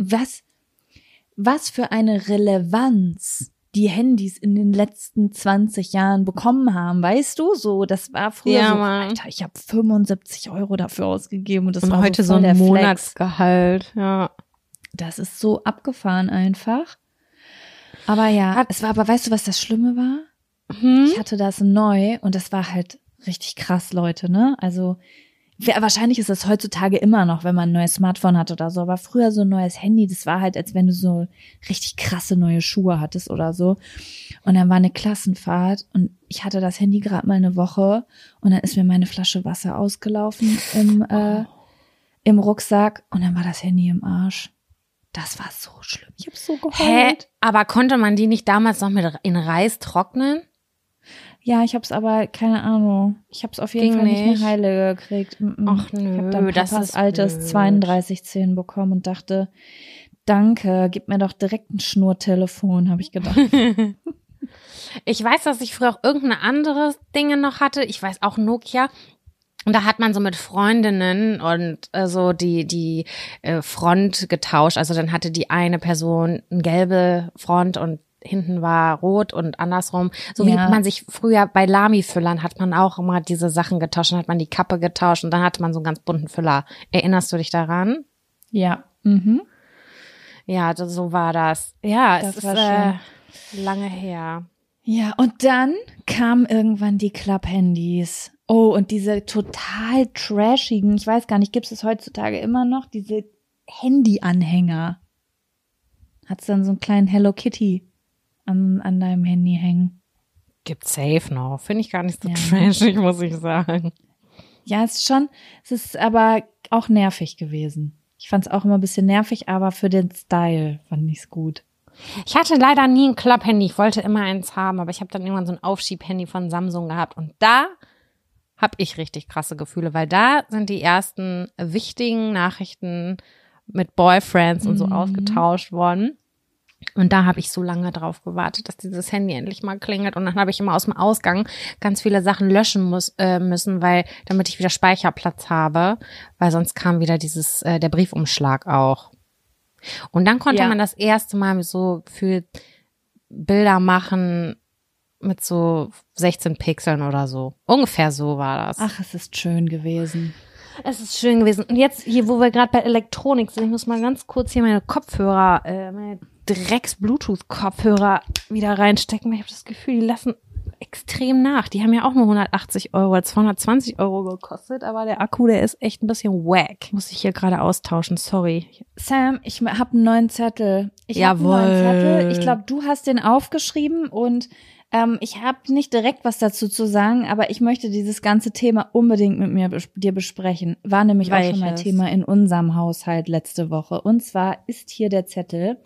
was für eine Relevanz die Handys in den letzten 20 Jahren bekommen haben, weißt du? So, das war früher so, Alter, ich habe 75 € dafür ausgegeben und das war heute so ein der Monatsgehalt, ja. Das ist so abgefahren einfach. Aber ja, aber weißt du, was das Schlimme war? Ich hatte das neu und das war halt richtig krass, Leute, ne? Also wahrscheinlich ist das heutzutage immer noch, wenn man ein neues Smartphone hat oder so, aber früher so ein neues Handy, das war halt, als wenn du so richtig krasse neue Schuhe hattest oder so. Und dann war eine Klassenfahrt und ich hatte das Handy gerade mal eine Woche und dann ist mir meine Flasche Wasser ausgelaufen im Rucksack und dann war das Handy im Arsch. Das war so schlimm. Ich habe so geheult. Hä? Aber konnte man die nicht damals noch in Reis trocknen? Ja, ich hab's aber, keine Ahnung. Ich hab's auf jeden Fall nicht mehr heile gekriegt. Ach nö, ich hab dann das Papas ist altes blöd. 3210 bekommen und dachte, danke, gib mir doch direkt ein Schnurtelefon, habe ich gedacht. Ich weiß, dass ich früher auch irgendeine andere Dinge noch hatte. Ich weiß auch Nokia. Und da hat man so mit Freundinnen und so die Front getauscht. Also dann hatte die eine Person eine gelbe Front und hinten war rot und andersrum. So wie man sich früher bei Lami-Füllern hat man auch immer diese Sachen getauscht. Dann hat man die Kappe getauscht und dann hatte man so einen ganz bunten Füller. Erinnerst du dich daran? Ja. Ja, so war das. Ja, Das es war ist lange her. Ja, und dann kamen irgendwann die Club-Handys. Oh, und diese total trashigen, ich weiß gar nicht, gibt es heutzutage immer noch, diese Handy-Anhänger. Hat's dann so einen kleinen Hello Kitty an deinem Handy hängen. Gibt's safe noch. Finde ich gar nicht so trashig, muss ich sagen. Ja, es ist aber auch nervig gewesen. Ich fand's auch immer ein bisschen nervig, aber für den Style fand ich's gut. Ich hatte leider nie ein Club-Handy. Ich wollte immer eins haben, aber ich habe dann irgendwann so ein Aufschieb-Handy von Samsung gehabt. Und da habe ich richtig krasse Gefühle, weil da sind die ersten wichtigen Nachrichten mit Boyfriends und so ausgetauscht worden. Und da habe ich so lange drauf gewartet, dass dieses Handy endlich mal klingelt. Und dann habe ich immer aus dem Ausgang ganz viele Sachen löschen müssen, damit ich wieder Speicherplatz habe. Weil sonst kam wieder der Briefumschlag auch. Und dann konnte man das erste Mal so für Bilder machen mit so 16 Pixeln oder so. Ungefähr so war das. Ach, es ist schön gewesen. Es ist schön gewesen. Und jetzt hier, wo wir gerade bei Elektronik sind, ich muss mal ganz kurz hier meine Kopfhörer, meine Drecks-Bluetooth-Kopfhörer wieder reinstecken, weil ich habe das Gefühl, die lassen extrem nach. Die haben ja auch nur 180 € oder 220 € gekostet, aber der Akku, der ist echt ein bisschen wack. Muss ich hier gerade austauschen, sorry. Sam, ich habe einen neuen Zettel. Jawohl. Ich glaube, du hast den aufgeschrieben und ich habe nicht direkt was dazu zu sagen, aber ich möchte dieses ganze Thema unbedingt mit dir besprechen. War nämlich auch schon mal Thema in unserem Haushalt letzte Woche. Und zwar ist hier der Zettel.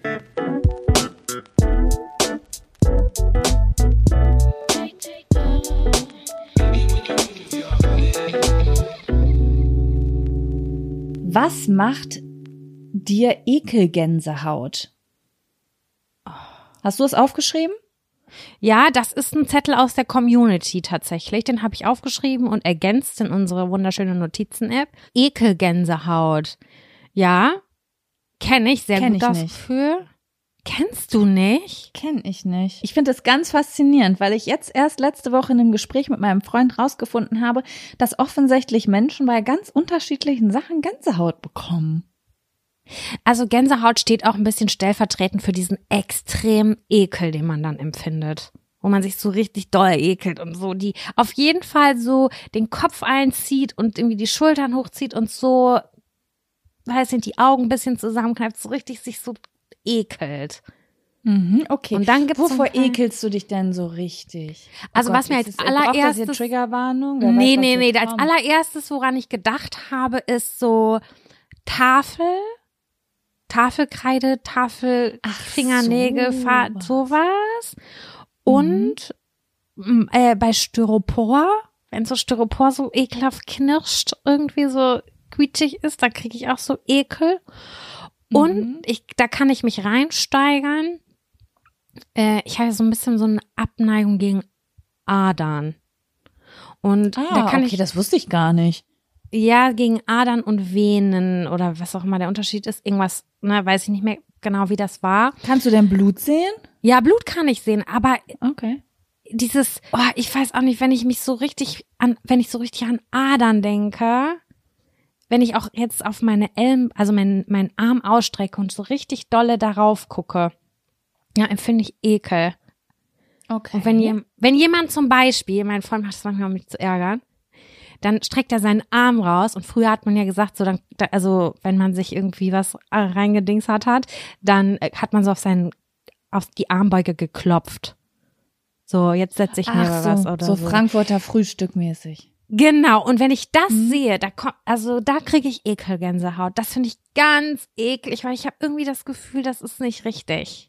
Was macht dir Ekelgänsehaut? Hast du es aufgeschrieben? Ja, das ist ein Zettel aus der Community tatsächlich. Den habe ich aufgeschrieben und ergänzt in unsere wunderschöne Notizen-App. Ekelgänsehaut. Ja, kenne ich sehr gut das Gefühl. Kennst du nicht? Kenn ich nicht. Ich finde das ganz faszinierend, weil ich jetzt erst letzte Woche in einem Gespräch mit meinem Freund rausgefunden habe, dass offensichtlich Menschen bei ganz unterschiedlichen Sachen Gänsehaut bekommen. Also Gänsehaut steht auch ein bisschen stellvertretend für diesen extremen Ekel, den man dann empfindet. Wo man sich so richtig doll ekelt und so, die auf jeden Fall so den Kopf einzieht und irgendwie die Schultern hochzieht und so, weiß nicht, die Augen ein bisschen zusammenkneift, so richtig sich so ekelt. Okay. Und dann gibt's wovor ekelst du dich denn so richtig? Also was mir als allererstes... Braucht das hier Triggerwarnung? Nee. Als allererstes, woran ich gedacht habe, ist so Tafelkreide, Fingernägel, sowas. Und bei Styropor, wenn so Styropor so ekelhaft knirscht, irgendwie so quietschig ist, da kriege ich auch so Ekel. Und da kann ich mich reinsteigern. Ich habe so ein bisschen so eine Abneigung gegen Adern. Und da kann das wusste ich gar nicht. Ja, gegen Adern und Venen oder was auch immer der Unterschied ist. Irgendwas, weiß ich nicht mehr genau, wie das war. Kannst du denn Blut sehen? Ja, Blut kann ich sehen, aber okay. Dieses, ich weiß auch nicht, wenn ich so richtig an Adern denke, wenn ich auch jetzt auf meine also meinen Arm ausstrecke und so richtig dolle darauf gucke, ja, empfinde ich Ekel. Okay. Und wenn jemand zum Beispiel, mein Freund macht das manchmal, um mich zu ärgern, dann streckt er seinen Arm raus und früher hat man ja gesagt, so also wenn man sich irgendwie was reingedingst hat, dann hat man so auf die Armbeuge geklopft. So, jetzt setze ich mir was oder so. So Frankfurter Frühstück mäßig. Genau, und wenn ich das sehe, da kriege ich Ekelgänsehaut. Das finde ich ganz eklig, weil ich habe irgendwie das Gefühl, das ist nicht richtig.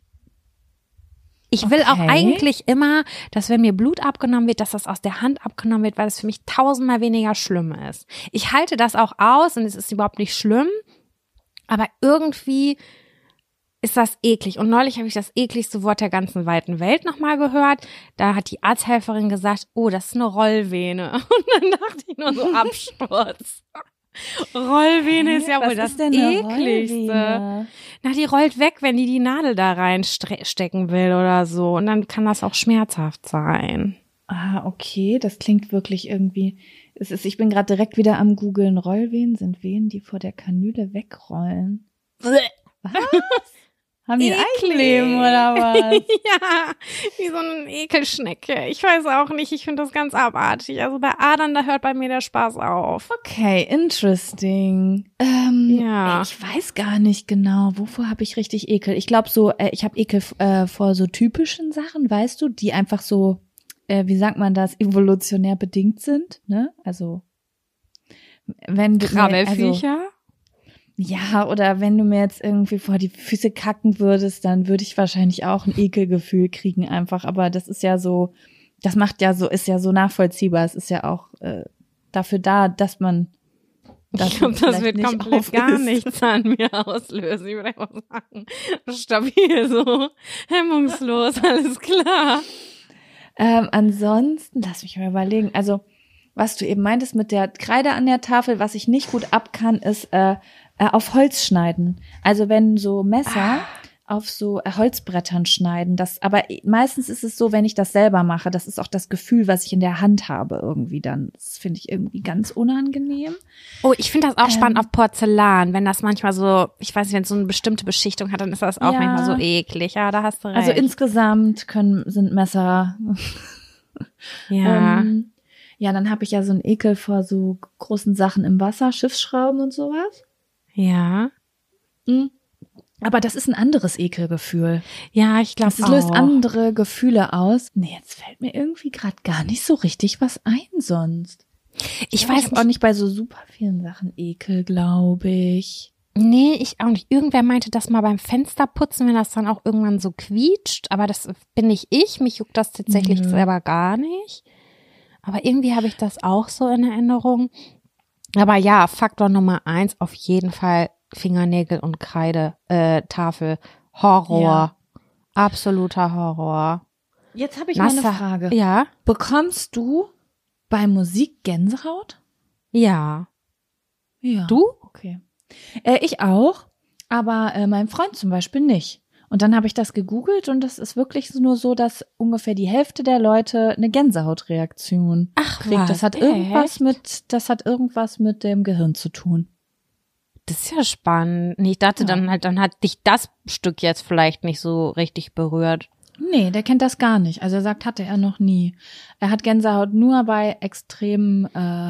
Ich will auch eigentlich immer, dass wenn mir Blut abgenommen wird, dass das aus der Hand abgenommen wird, weil es für mich 1000-mal weniger schlimm ist. Ich halte das auch aus und es ist überhaupt nicht schlimm, aber irgendwie ist das eklig. Und neulich habe ich das ekligste Wort der ganzen weiten Welt nochmal gehört. Da hat die Arzthelferin gesagt, das ist eine Rollvene. Und dann dachte ich nur so, Absturz. Rollvene ist ja wohl das Ekligste. Na, die rollt weg, wenn die Nadel da reinstecken will oder so. Und dann kann das auch schmerzhaft sein. Okay, das klingt wirklich irgendwie. Ich bin gerade direkt wieder am Googeln. Rollvenen sind Venen, die vor der Kanüle wegrollen. Was? Haben die ein Eigenleben oder was? Ja, wie so eine Ekelschnecke. Ich weiß auch nicht, ich finde das ganz abartig. Also bei Adern, da hört bei mir der Spaß auf. Okay, interesting. Ja. Ich weiß gar nicht genau, wovor habe ich richtig Ekel. Ich glaube so, ich habe Ekel vor so typischen Sachen, weißt du, die einfach so, wie sagt man das, evolutionär bedingt sind, ne? Also wenn Krabbelviecher? Ja, oder wenn du mir jetzt irgendwie vor die Füße kacken würdest, dann würde ich wahrscheinlich auch ein Ekelgefühl kriegen einfach. Aber das ist ja so, ist ja so nachvollziehbar. Es ist ja auch dafür da, dass man ich glaube, das wird komplett gar nichts an mir auslösen. Ich würde einfach sagen, stabil so, hemmungslos, alles klar. Ansonsten, lass mich mal überlegen. Also was du eben meintest mit der Kreide an der Tafel, was ich nicht gut ab kann, ist auf Holz schneiden. Also wenn so Messer auf so Holzbrettern schneiden, aber meistens ist es so, wenn ich das selber mache, das ist auch das Gefühl, was ich in der Hand habe irgendwie dann. Das finde ich irgendwie ganz unangenehm. Oh, ich finde das auch spannend auf Porzellan, wenn das manchmal so, ich weiß nicht, wenn es so eine bestimmte Beschichtung hat, dann ist das auch manchmal so eklig. Ja, da hast du recht. Also insgesamt sind Messer ja. Ja, dann habe ich ja so einen Ekel vor so großen Sachen im Wasser, Schiffsschrauben und sowas. Ja. Aber das ist ein anderes Ekelgefühl. Ja, ich glaube auch. Es löst andere Gefühle aus. Nee, jetzt fällt mir irgendwie gerade gar nicht so richtig was ein sonst. Ich weiß habe auch nicht bei so super vielen Sachen Ekel, glaube ich. Nee, ich auch nicht. Irgendwer meinte das mal beim Fensterputzen, wenn das dann auch irgendwann so quietscht. Aber das bin nicht ich. Mich juckt das tatsächlich selber gar nicht. Aber irgendwie habe ich das auch so in Erinnerung. Aber ja, Faktor Nummer 1 auf jeden Fall Fingernägel und Kreide, Tafel. Horror. Ja. Absoluter Horror. Jetzt habe ich mal eine Frage. Ja? Bekommst du bei Musik Gänsehaut? Ja. Ja. Du? Okay. Ich auch, aber mein Freund zum Beispiel nicht. Und dann habe ich das gegoogelt und das ist wirklich nur so, dass ungefähr die Hälfte der Leute eine Gänsehautreaktion kriegt. Das hat irgendwas mit dem Gehirn zu tun. Das ist ja spannend. Ich dachte dann hat dich das Stück jetzt vielleicht nicht so richtig berührt. Nee, der kennt das gar nicht. Also er sagt, hatte er noch nie. Er hat Gänsehaut nur bei extrem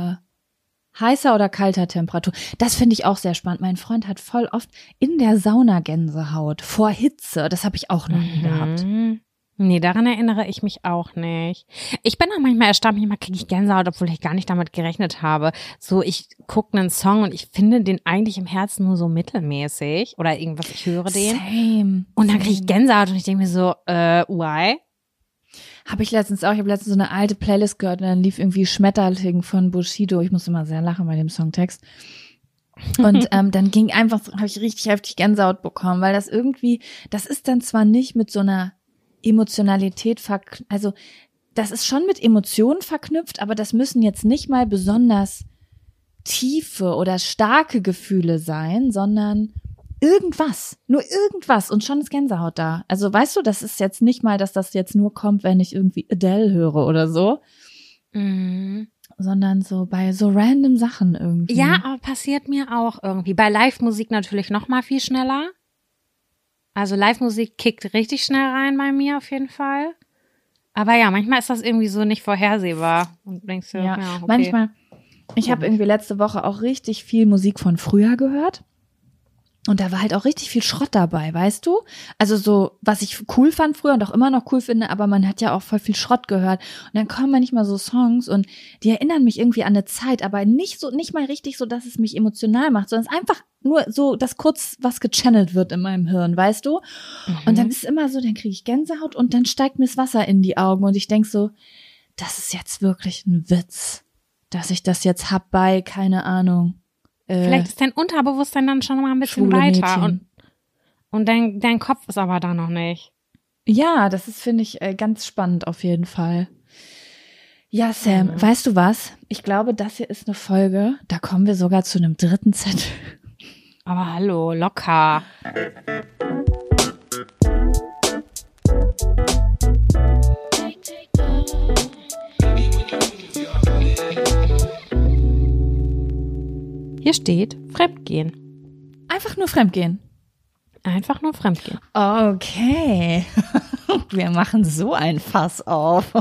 heißer oder kalter Temperatur. Das finde ich auch sehr spannend. Mein Freund hat voll oft in der Sauna Gänsehaut vor Hitze. Das habe ich auch noch nie gehabt. Nee, daran erinnere ich mich auch nicht. Ich bin auch manchmal erstaunt, manchmal kriege ich Gänsehaut, obwohl ich gar nicht damit gerechnet habe. So, ich gucke einen Song und ich finde den eigentlich im Herzen nur so mittelmäßig oder irgendwas, ich höre den. Same. Und dann kriege ich Gänsehaut und ich denke mir so, why? Habe ich letztens auch. Ich habe letztens so eine alte Playlist gehört und dann lief irgendwie Schmetterling von Bushido. Ich musste immer sehr lachen bei dem Songtext. Und dann habe ich richtig heftig Gänsehaut bekommen, weil das ist dann zwar nicht mit so einer Emotionalität also das ist schon mit Emotionen verknüpft, aber das müssen jetzt nicht mal besonders tiefe oder starke Gefühle sein, sondern nur irgendwas und schon ist Gänsehaut da. Also weißt du, das ist jetzt nicht mal, dass das jetzt nur kommt, wenn ich irgendwie Adele höre oder so, sondern so bei so random Sachen irgendwie. Ja, aber passiert mir auch irgendwie. Bei Live-Musik natürlich noch mal viel schneller. Also Live-Musik kickt richtig schnell rein bei mir auf jeden Fall. Aber ja, manchmal ist das irgendwie so nicht vorhersehbar. Und denkst du, okay. Manchmal. Ich habe irgendwie letzte Woche auch richtig viel Musik von früher gehört. Und da war halt auch richtig viel Schrott dabei, weißt du? Also so, was ich cool fand früher und auch immer noch cool finde, aber man hat ja auch voll viel Schrott gehört. Und dann kommen manchmal so Songs und die erinnern mich irgendwie an eine Zeit, aber nicht mal richtig so, dass es mich emotional macht, sondern es ist einfach nur so, dass kurz was gechannelt wird in meinem Hirn, weißt du? Und dann ist es immer so, dann kriege ich Gänsehaut und dann steigt mir das Wasser in die Augen und ich denk so, das ist jetzt wirklich ein Witz, dass ich das jetzt hab bei, keine Ahnung, vielleicht ist dein Unterbewusstsein dann schon mal ein bisschen weiter und dein Kopf ist aber da noch nicht. Ja, das ist, finde ich, ganz spannend auf jeden Fall. Ja, Sam, weißt du was? Ich glaube, das hier ist eine Folge, da kommen wir sogar zu einem dritten Zettel. Aber hallo, locker. Hier steht Fremdgehen. Einfach nur Fremdgehen. Einfach nur Fremdgehen. Okay. Wir machen so ein Fass auf.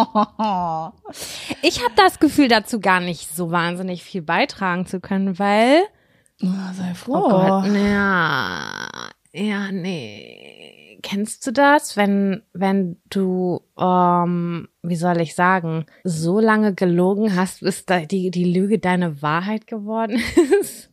Ich habe das Gefühl, dazu gar nicht so wahnsinnig viel beitragen zu können, weil... sei froh. Oh Gott, ja, nee. Kennst du das, wenn du, wie soll ich sagen, so lange gelogen hast, bis die Lüge deine Wahrheit geworden ist?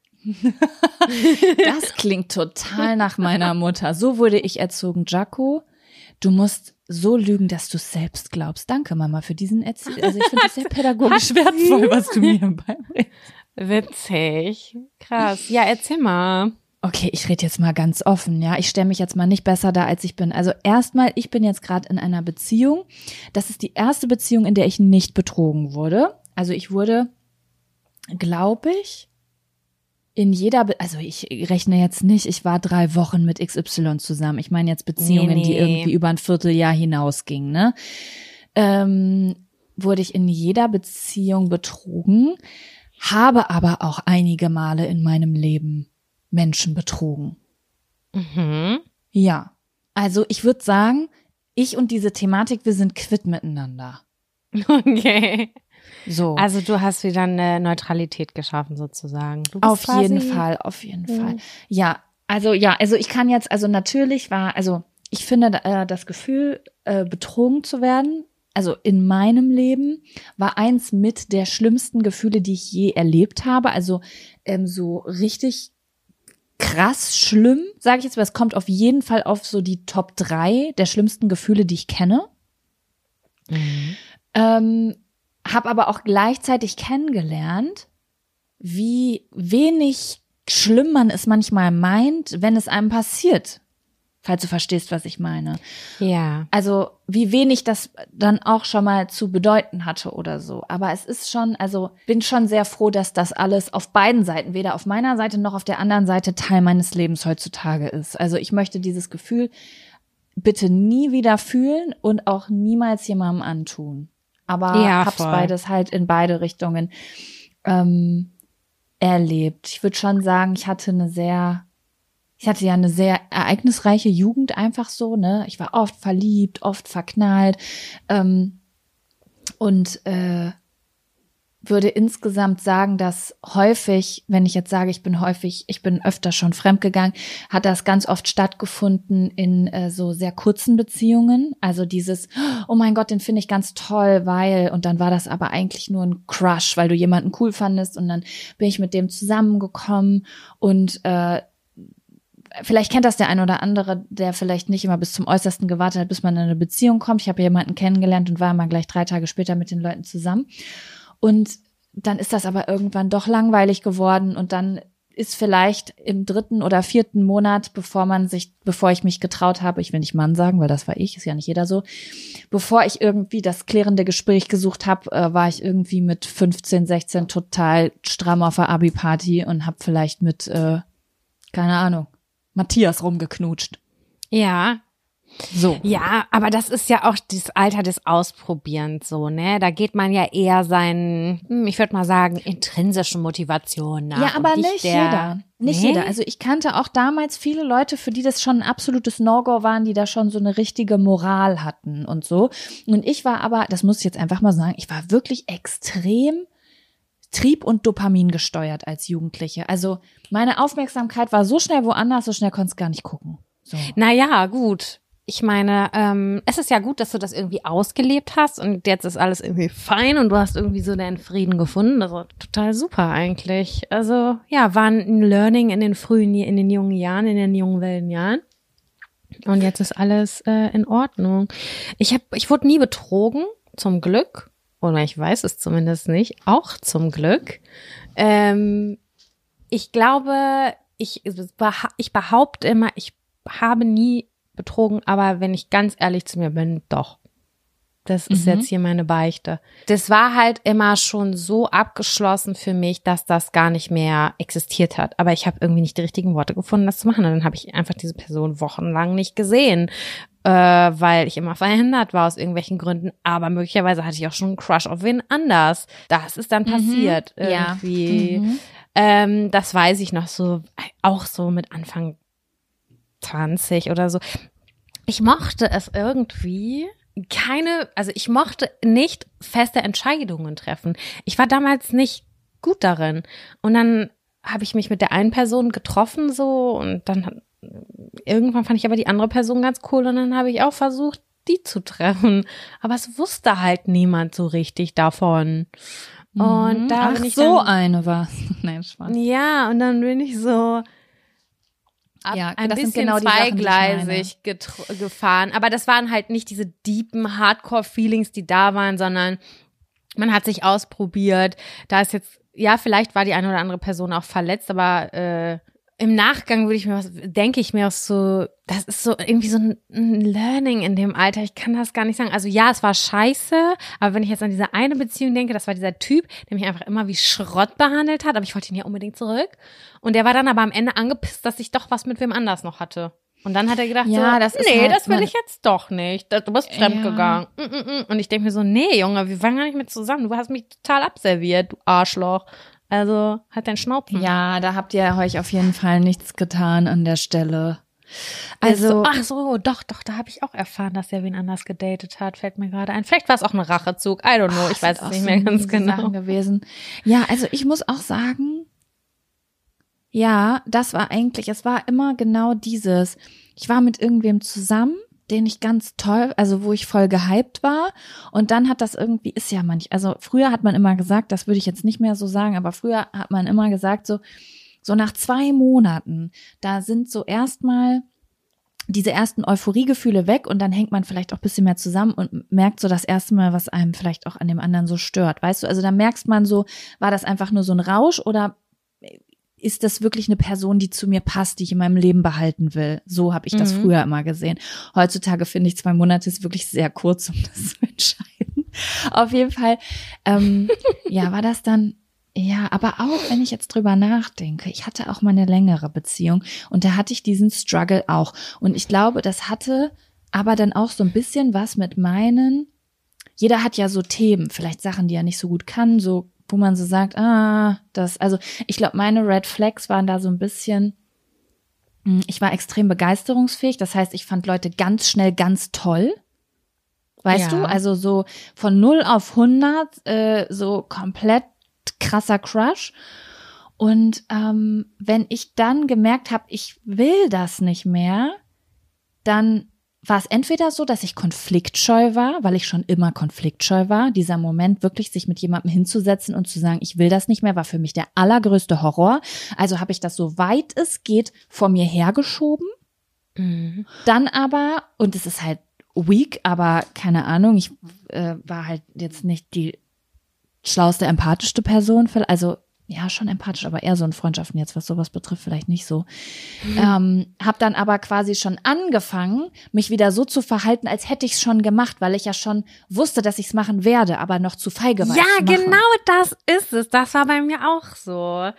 Das klingt total nach meiner Mutter. So wurde ich erzogen. Jaco, du musst so lügen, dass du es selbst glaubst. Danke, Mama, für diesen Erzähl. Also ich finde das sehr pädagogisch wertvoll, was du mir beibringst. Witzig. Krass. Ja, erzähl mal. Okay, ich rede jetzt mal ganz offen, ja. Ich stelle mich jetzt mal nicht besser dar, als ich bin. Also erstmal, ich bin jetzt gerade in einer Beziehung. Das ist die erste Beziehung, in der ich nicht betrogen wurde. Also ich wurde, glaube ich, also ich rechne jetzt nicht, ich war 3 Wochen mit XY zusammen. Ich meine jetzt Beziehungen, die irgendwie über ein Vierteljahr hinausgingen, ne? Wurde ich in jeder Beziehung betrogen, habe aber auch einige Male in meinem Leben Menschen betrogen. Mhm. Ja, also ich würde sagen, ich und diese Thematik, wir sind quitt miteinander. Okay. So. Also du hast wieder eine Neutralität geschaffen sozusagen. Du bist Auf jeden quasi- Fall. Ja, also ich kann jetzt, also natürlich ich finde das Gefühl, betrogen zu werden, also in meinem Leben, war eins mit der schlimmsten Gefühle, die ich je erlebt habe. Also so richtig krass schlimm, sage ich jetzt, weil es kommt auf jeden Fall auf so die Top 3 der schlimmsten Gefühle, die ich kenne. Hab aber auch gleichzeitig kennengelernt, wie wenig schlimm man es manchmal meint, wenn es einem passiert. Falls du verstehst, was ich meine. Ja. Also wie wenig das dann auch schon mal zu bedeuten hatte oder so. Aber es ist schon, also bin schon sehr froh, dass das alles auf beiden Seiten, weder auf meiner Seite noch auf der anderen Seite, Teil meines Lebens heutzutage ist. Also ich möchte dieses Gefühl bitte nie wieder fühlen und auch niemals jemandem antun. Aber Ja, hab's voll. beides halt in beide Richtungen erlebt. Ich würde schon sagen, ich hatte ja eine sehr ereignisreiche Jugend einfach so, ne? Ich war oft verliebt, oft verknallt und würde insgesamt sagen, dass häufig, wenn ich jetzt sage, ich bin öfter schon fremdgegangen, hat das ganz oft stattgefunden in so sehr kurzen Beziehungen. Also dieses, oh mein Gott, den finde ich ganz toll, weil, und dann war das aber eigentlich nur ein Crush, weil du jemanden cool fandest und dann bin ich mit dem zusammengekommen und vielleicht kennt das der ein oder andere, der vielleicht nicht immer bis zum Äußersten gewartet hat, bis man in eine Beziehung kommt. Ich habe jemanden kennengelernt und war mal gleich 3 Tage später mit den Leuten zusammen. Und dann ist das aber irgendwann doch langweilig geworden und dann ist vielleicht im 3. oder 4. Monat, bevor ich mich getraut habe, ich will nicht Mann sagen, weil das war ich, ist ja nicht jeder so, bevor ich irgendwie das klärende Gespräch gesucht habe, war ich irgendwie mit 15, 16 total stramm auf der Abi-Party und habe vielleicht mit, keine Ahnung, Matthias rumgeknutscht. Ja. So. Ja, aber das ist ja auch das Alter des Ausprobierens so, ne? Da geht man ja eher seinen, ich würde mal sagen, intrinsischen Motivationen nach. Ja, aber und nicht jeder. Nicht Nee? jeder. Also ich kannte auch damals viele Leute, für die das schon ein absolutes No-Go waren, die da schon so eine richtige Moral hatten und so. Und ich war aber, das muss ich jetzt einfach mal sagen, ich war wirklich extrem Trieb- und Dopamin gesteuert als Jugendliche. Also meine Aufmerksamkeit war so schnell woanders, so schnell konntest du gar nicht gucken. So. Naja, gut. Ich meine, es ist ja gut, dass du das irgendwie ausgelebt hast und jetzt ist alles irgendwie fein und du hast irgendwie so deinen Frieden gefunden. Also total super eigentlich. Also ja, war ein Learning in den jungen Jahren, in den jungen wilden Jahren. Und jetzt ist alles in Ordnung. Ich wurde nie betrogen, zum Glück. Oder ich weiß es zumindest nicht, auch zum Glück. Ich glaube, ich behaupte immer, ich habe nie betrogen, aber wenn ich ganz ehrlich zu mir bin, doch. Das ist jetzt hier meine Beichte. Das war halt immer schon so abgeschlossen für mich, dass das gar nicht mehr existiert hat. Aber ich habe irgendwie nicht die richtigen Worte gefunden, das zu machen. Und dann habe ich einfach diese Person wochenlang nicht gesehen, weil ich immer verhindert war aus irgendwelchen Gründen. Aber möglicherweise hatte ich auch schon einen Crush auf wen anders. Das ist dann passiert irgendwie. Ja. Das weiß ich noch so, auch so mit Anfang 20 oder so. Ich mochte es irgendwie ich mochte nicht feste Entscheidungen treffen. Ich war damals nicht gut darin. Und dann habe ich mich mit der einen Person getroffen so und dann irgendwann fand ich aber die andere Person ganz cool und dann habe ich auch versucht, die zu treffen. Aber es wusste halt niemand so richtig davon. Und da bin ich so dann, eine war. Nein, Spaß. ja, und dann bin ich so Ja, ein das sind bisschen genau die Sachen, die ich zweigleisig gefahren. Aber das waren halt nicht diese deepen Hardcore-Feelings, die da waren, sondern man hat sich ausprobiert. Da ist jetzt, ja, vielleicht war die eine oder andere Person auch verletzt, aber im Nachgang denke ich mir auch so, das ist so irgendwie so ein Learning in dem Alter. Ich kann das gar nicht sagen. Also ja, es war scheiße, aber wenn ich jetzt an diese eine Beziehung denke, das war dieser Typ, der mich einfach immer wie Schrott behandelt hat, aber ich wollte ihn ja unbedingt zurück. Und der war dann aber am Ende angepisst, dass ich doch was mit wem anders noch hatte. Und dann hat er gedacht, das will ich jetzt doch nicht. Du bist fremdgegangen. Und ich denke mir so, nee, Junge, wir waren gar nicht mehr zusammen. Du hast mich total abserviert, du Arschloch. Also halt dein Schnauzen. Ja, da habt ihr euch auf jeden Fall nichts getan an der Stelle. Also, ach so, doch, da habe ich auch erfahren, dass er wen anders gedatet hat. Fällt mir gerade ein. Vielleicht war es auch ein Rachezug. I don't know. Ich weiß es nicht mehr ganz genau. Sachen gewesen. Ja, also ich muss auch sagen, ja, es war immer genau dieses. Ich war mit irgendwem zusammen, den ich ganz toll, also wo ich voll gehypt war, und dann hat das irgendwie, also früher hat man immer gesagt, das würde ich jetzt nicht mehr so sagen, aber früher hat man immer gesagt, so nach 2 Monaten, da sind so erstmal diese ersten Euphoriegefühle weg und dann hängt man vielleicht auch ein bisschen mehr zusammen und merkt so das erste Mal, was einem vielleicht auch an dem anderen so stört, weißt du, also da merkst man so, war das einfach nur so ein Rausch oder ist das wirklich eine Person, die zu mir passt, die ich in meinem Leben behalten will? So habe ich das früher immer gesehen. Heutzutage finde ich 2 Monate ist wirklich sehr kurz, um das zu entscheiden. Auf jeden Fall, war das dann, ja, aber auch wenn ich jetzt drüber nachdenke, ich hatte auch mal eine längere Beziehung und da hatte ich diesen Struggle auch. Und ich glaube, das hatte aber dann auch so ein bisschen was mit jeder hat ja so Themen, vielleicht Sachen, die er nicht so gut kann, so wo man so sagt, also ich glaube, meine Red Flags waren da so ein bisschen, ich war extrem begeisterungsfähig, das heißt, ich fand Leute ganz schnell ganz toll, weißt du, also so von 0 auf 100, so komplett krasser Crush und wenn ich dann gemerkt habe, ich will das nicht mehr, dann war es entweder so, dass ich konfliktscheu war, weil ich schon immer konfliktscheu war. Dieser Moment, wirklich sich mit jemandem hinzusetzen und zu sagen, ich will das nicht mehr, war für mich der allergrößte Horror. Also habe ich das so weit es geht vor mir hergeschoben. Dann aber, und es ist halt weak, aber keine Ahnung, ich war halt jetzt nicht die schlauste, empathischste Person. Also ja, schon empathisch, aber eher so in Freundschaften jetzt, was sowas betrifft, vielleicht nicht so. Hab dann aber quasi schon angefangen, mich wieder so zu verhalten, als hätte ich es schon gemacht, weil ich ja schon wusste, dass ich es machen werde, aber noch zu feige war. Ja, genau das ist es. Das war bei mir auch so.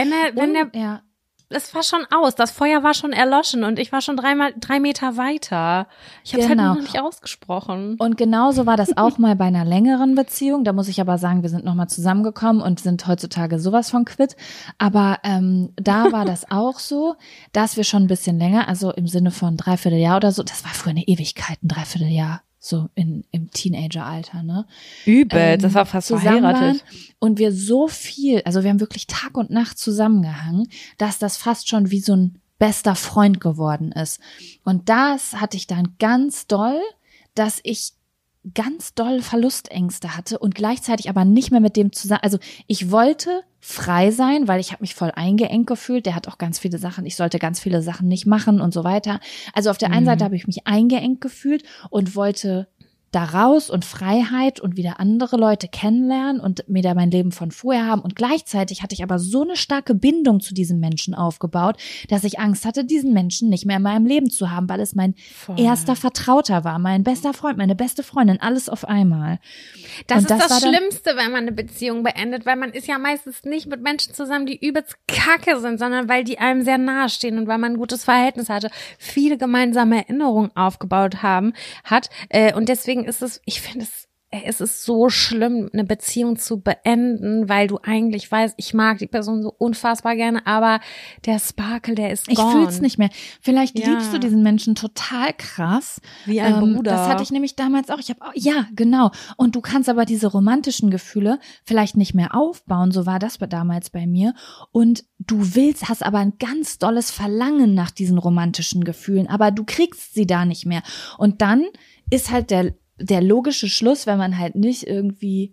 Es war schon aus, das Feuer war schon erloschen und ich war schon 3 Meter weiter. Ich habe es halt noch nicht ausgesprochen. Und genauso war das auch mal bei einer längeren Beziehung. Da muss ich aber sagen, wir sind nochmal zusammengekommen und sind heutzutage sowas von quitt. Aber da war das auch so, dass wir schon ein bisschen länger, also im Sinne von 3/4 Jahr oder so, das war früher eine Ewigkeit, ein 3/4 Jahr. So im Teenageralter, ne? Übel, das war fast verheiratet. Und wir so viel, also wir haben wirklich Tag und Nacht zusammengehangen, dass das fast schon wie so ein bester Freund geworden ist. Und das hatte ich dann ganz doll, dass ich ganz doll Verlustängste hatte und gleichzeitig aber nicht mehr mit dem zusammen, also ich wollte frei sein, weil ich habe mich voll eingeengt gefühlt, der hat auch ganz viele Sachen, ich sollte ganz viele Sachen nicht machen und so weiter. Also auf der einen Seite habe ich mich eingeengt gefühlt und wollte da raus und Freiheit und wieder andere Leute kennenlernen und mir da mein Leben von vorher haben. Und gleichzeitig hatte ich aber so eine starke Bindung zu diesem Menschen aufgebaut, dass ich Angst hatte, diesen Menschen nicht mehr in meinem Leben zu haben, weil es mein erster Vertrauter war, mein bester Freund, meine beste Freundin, alles auf einmal. Das ist das Schlimmste, wenn man eine Beziehung beendet, weil man ist ja meistens nicht mit Menschen zusammen, die übelst kacke sind, sondern weil die einem sehr nahe stehen und weil man ein gutes Verhältnis hatte, viele gemeinsame Erinnerungen aufgebaut hat und deswegen ich finde es ist so schlimm, eine Beziehung zu beenden, weil du eigentlich weißt, ich mag die Person so unfassbar gerne, aber der Sparkle, der ist gone. Ich fühl's nicht mehr. Vielleicht liebst du diesen Menschen total krass. Wie ein Bruder. Das hatte ich nämlich damals auch. Ja, genau. Und du kannst aber diese romantischen Gefühle vielleicht nicht mehr aufbauen. So war das damals bei mir. Und du hast aber ein ganz dolles Verlangen nach diesen romantischen Gefühlen, aber du kriegst sie da nicht mehr. Und dann ist halt der logische Schluss, wenn man halt nicht irgendwie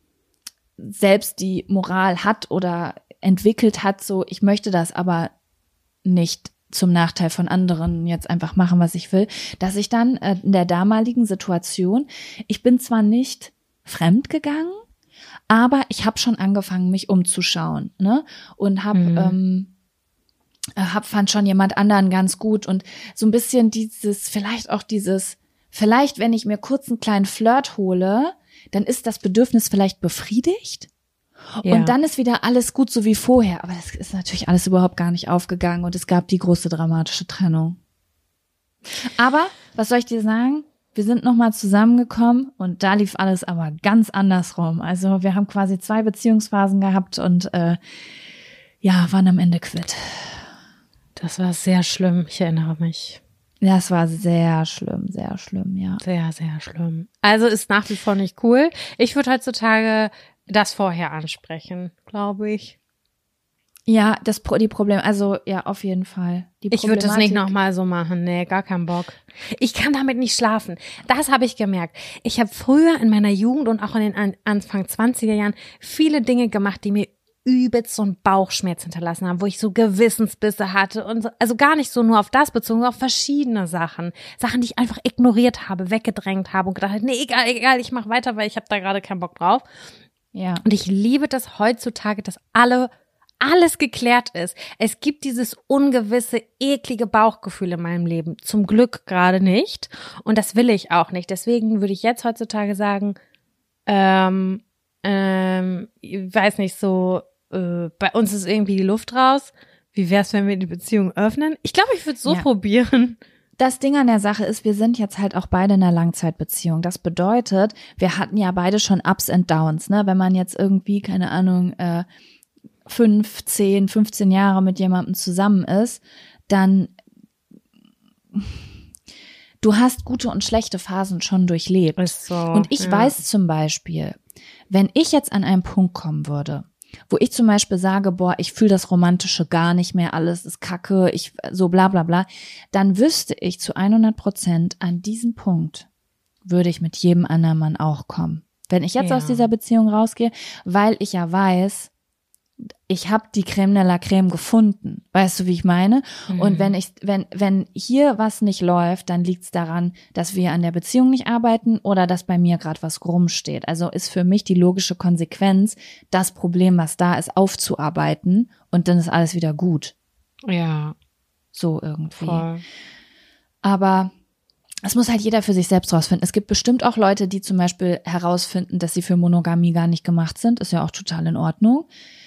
selbst die Moral hat oder entwickelt hat, so ich möchte das aber nicht zum Nachteil von anderen jetzt einfach machen, was ich will, dass ich dann in der damaligen Situation, ich bin zwar nicht fremd gegangen, aber ich habe schon angefangen, mich umzuschauen, ne? Und habe fand schon jemand anderen ganz gut und so ein bisschen vielleicht, wenn ich mir kurz einen kleinen Flirt hole, dann ist das Bedürfnis vielleicht befriedigt und dann ist wieder alles gut so wie vorher. Aber das ist natürlich alles überhaupt gar nicht aufgegangen und es gab die große dramatische Trennung. Aber, was soll ich dir sagen? Wir sind nochmal zusammengekommen und da lief alles aber ganz andersrum. Also wir haben quasi 2 Beziehungsphasen gehabt und waren am Ende quitt. Das war sehr schlimm, ich erinnere mich. Das war sehr schlimm, ja. Sehr, sehr schlimm. Also ist nach wie vor nicht cool. Ich würde heutzutage das vorher ansprechen, glaube ich. Ja, die Probleme, also ja, auf jeden Fall. Ich würde das nicht nochmal so machen, nee, gar keinen Bock. Ich kann damit nicht schlafen. Das habe ich gemerkt. Ich habe früher in meiner Jugend und auch in den Anfang 20er Jahren viele Dinge gemacht, die mir übelst so einen Bauchschmerz hinterlassen haben, wo ich so Gewissensbisse hatte und so, also gar nicht so nur auf das bezogen, sondern auf verschiedene Sachen, die ich einfach ignoriert habe, weggedrängt habe und gedacht habe, nee, egal, ich mache weiter, weil ich habe da gerade keinen Bock drauf. Ja. Und ich liebe das heutzutage, dass alles geklärt ist. Es gibt dieses ungewisse, eklige Bauchgefühl in meinem Leben. Zum Glück gerade nicht. Und das will ich auch nicht. Deswegen würde ich jetzt heutzutage sagen, ich weiß nicht, so, bei uns ist irgendwie die Luft raus. Wie wär's, wenn wir die Beziehung öffnen? Ich glaube, ich würde es so probieren. Das Ding an der Sache ist, wir sind jetzt halt auch beide in einer Langzeitbeziehung. Das bedeutet, wir hatten ja beide schon Ups and Downs, ne? Wenn man jetzt irgendwie, keine Ahnung, 15 Jahre mit jemandem zusammen ist, dann du hast gute und schlechte Phasen schon durchlebt. Ist so, und ich weiß zum Beispiel, wenn ich jetzt an einen Punkt kommen würde, wo ich zum Beispiel sage, boah, ich fühle das Romantische gar nicht mehr, alles ist kacke, ich so bla bla bla, dann wüsste ich zu 100%, an diesem Punkt würde ich mit jedem anderen Mann auch kommen. Wenn ich jetzt aus dieser Beziehung rausgehe, weil ich ja weiß, ich habe die Crème de la Crème gefunden. Weißt du, wie ich meine? Mhm. Und wenn hier was nicht läuft, dann liegt es daran, dass wir an der Beziehung nicht arbeiten oder dass bei mir gerade was rumsteht. Also ist für mich die logische Konsequenz, das Problem, was da ist, aufzuarbeiten und dann ist alles wieder gut. Ja. So irgendwie. Voll. Aber es muss halt jeder für sich selbst rausfinden. Es gibt bestimmt auch Leute, die zum Beispiel herausfinden, dass sie für Monogamie gar nicht gemacht sind. Ist ja auch total in Ordnung.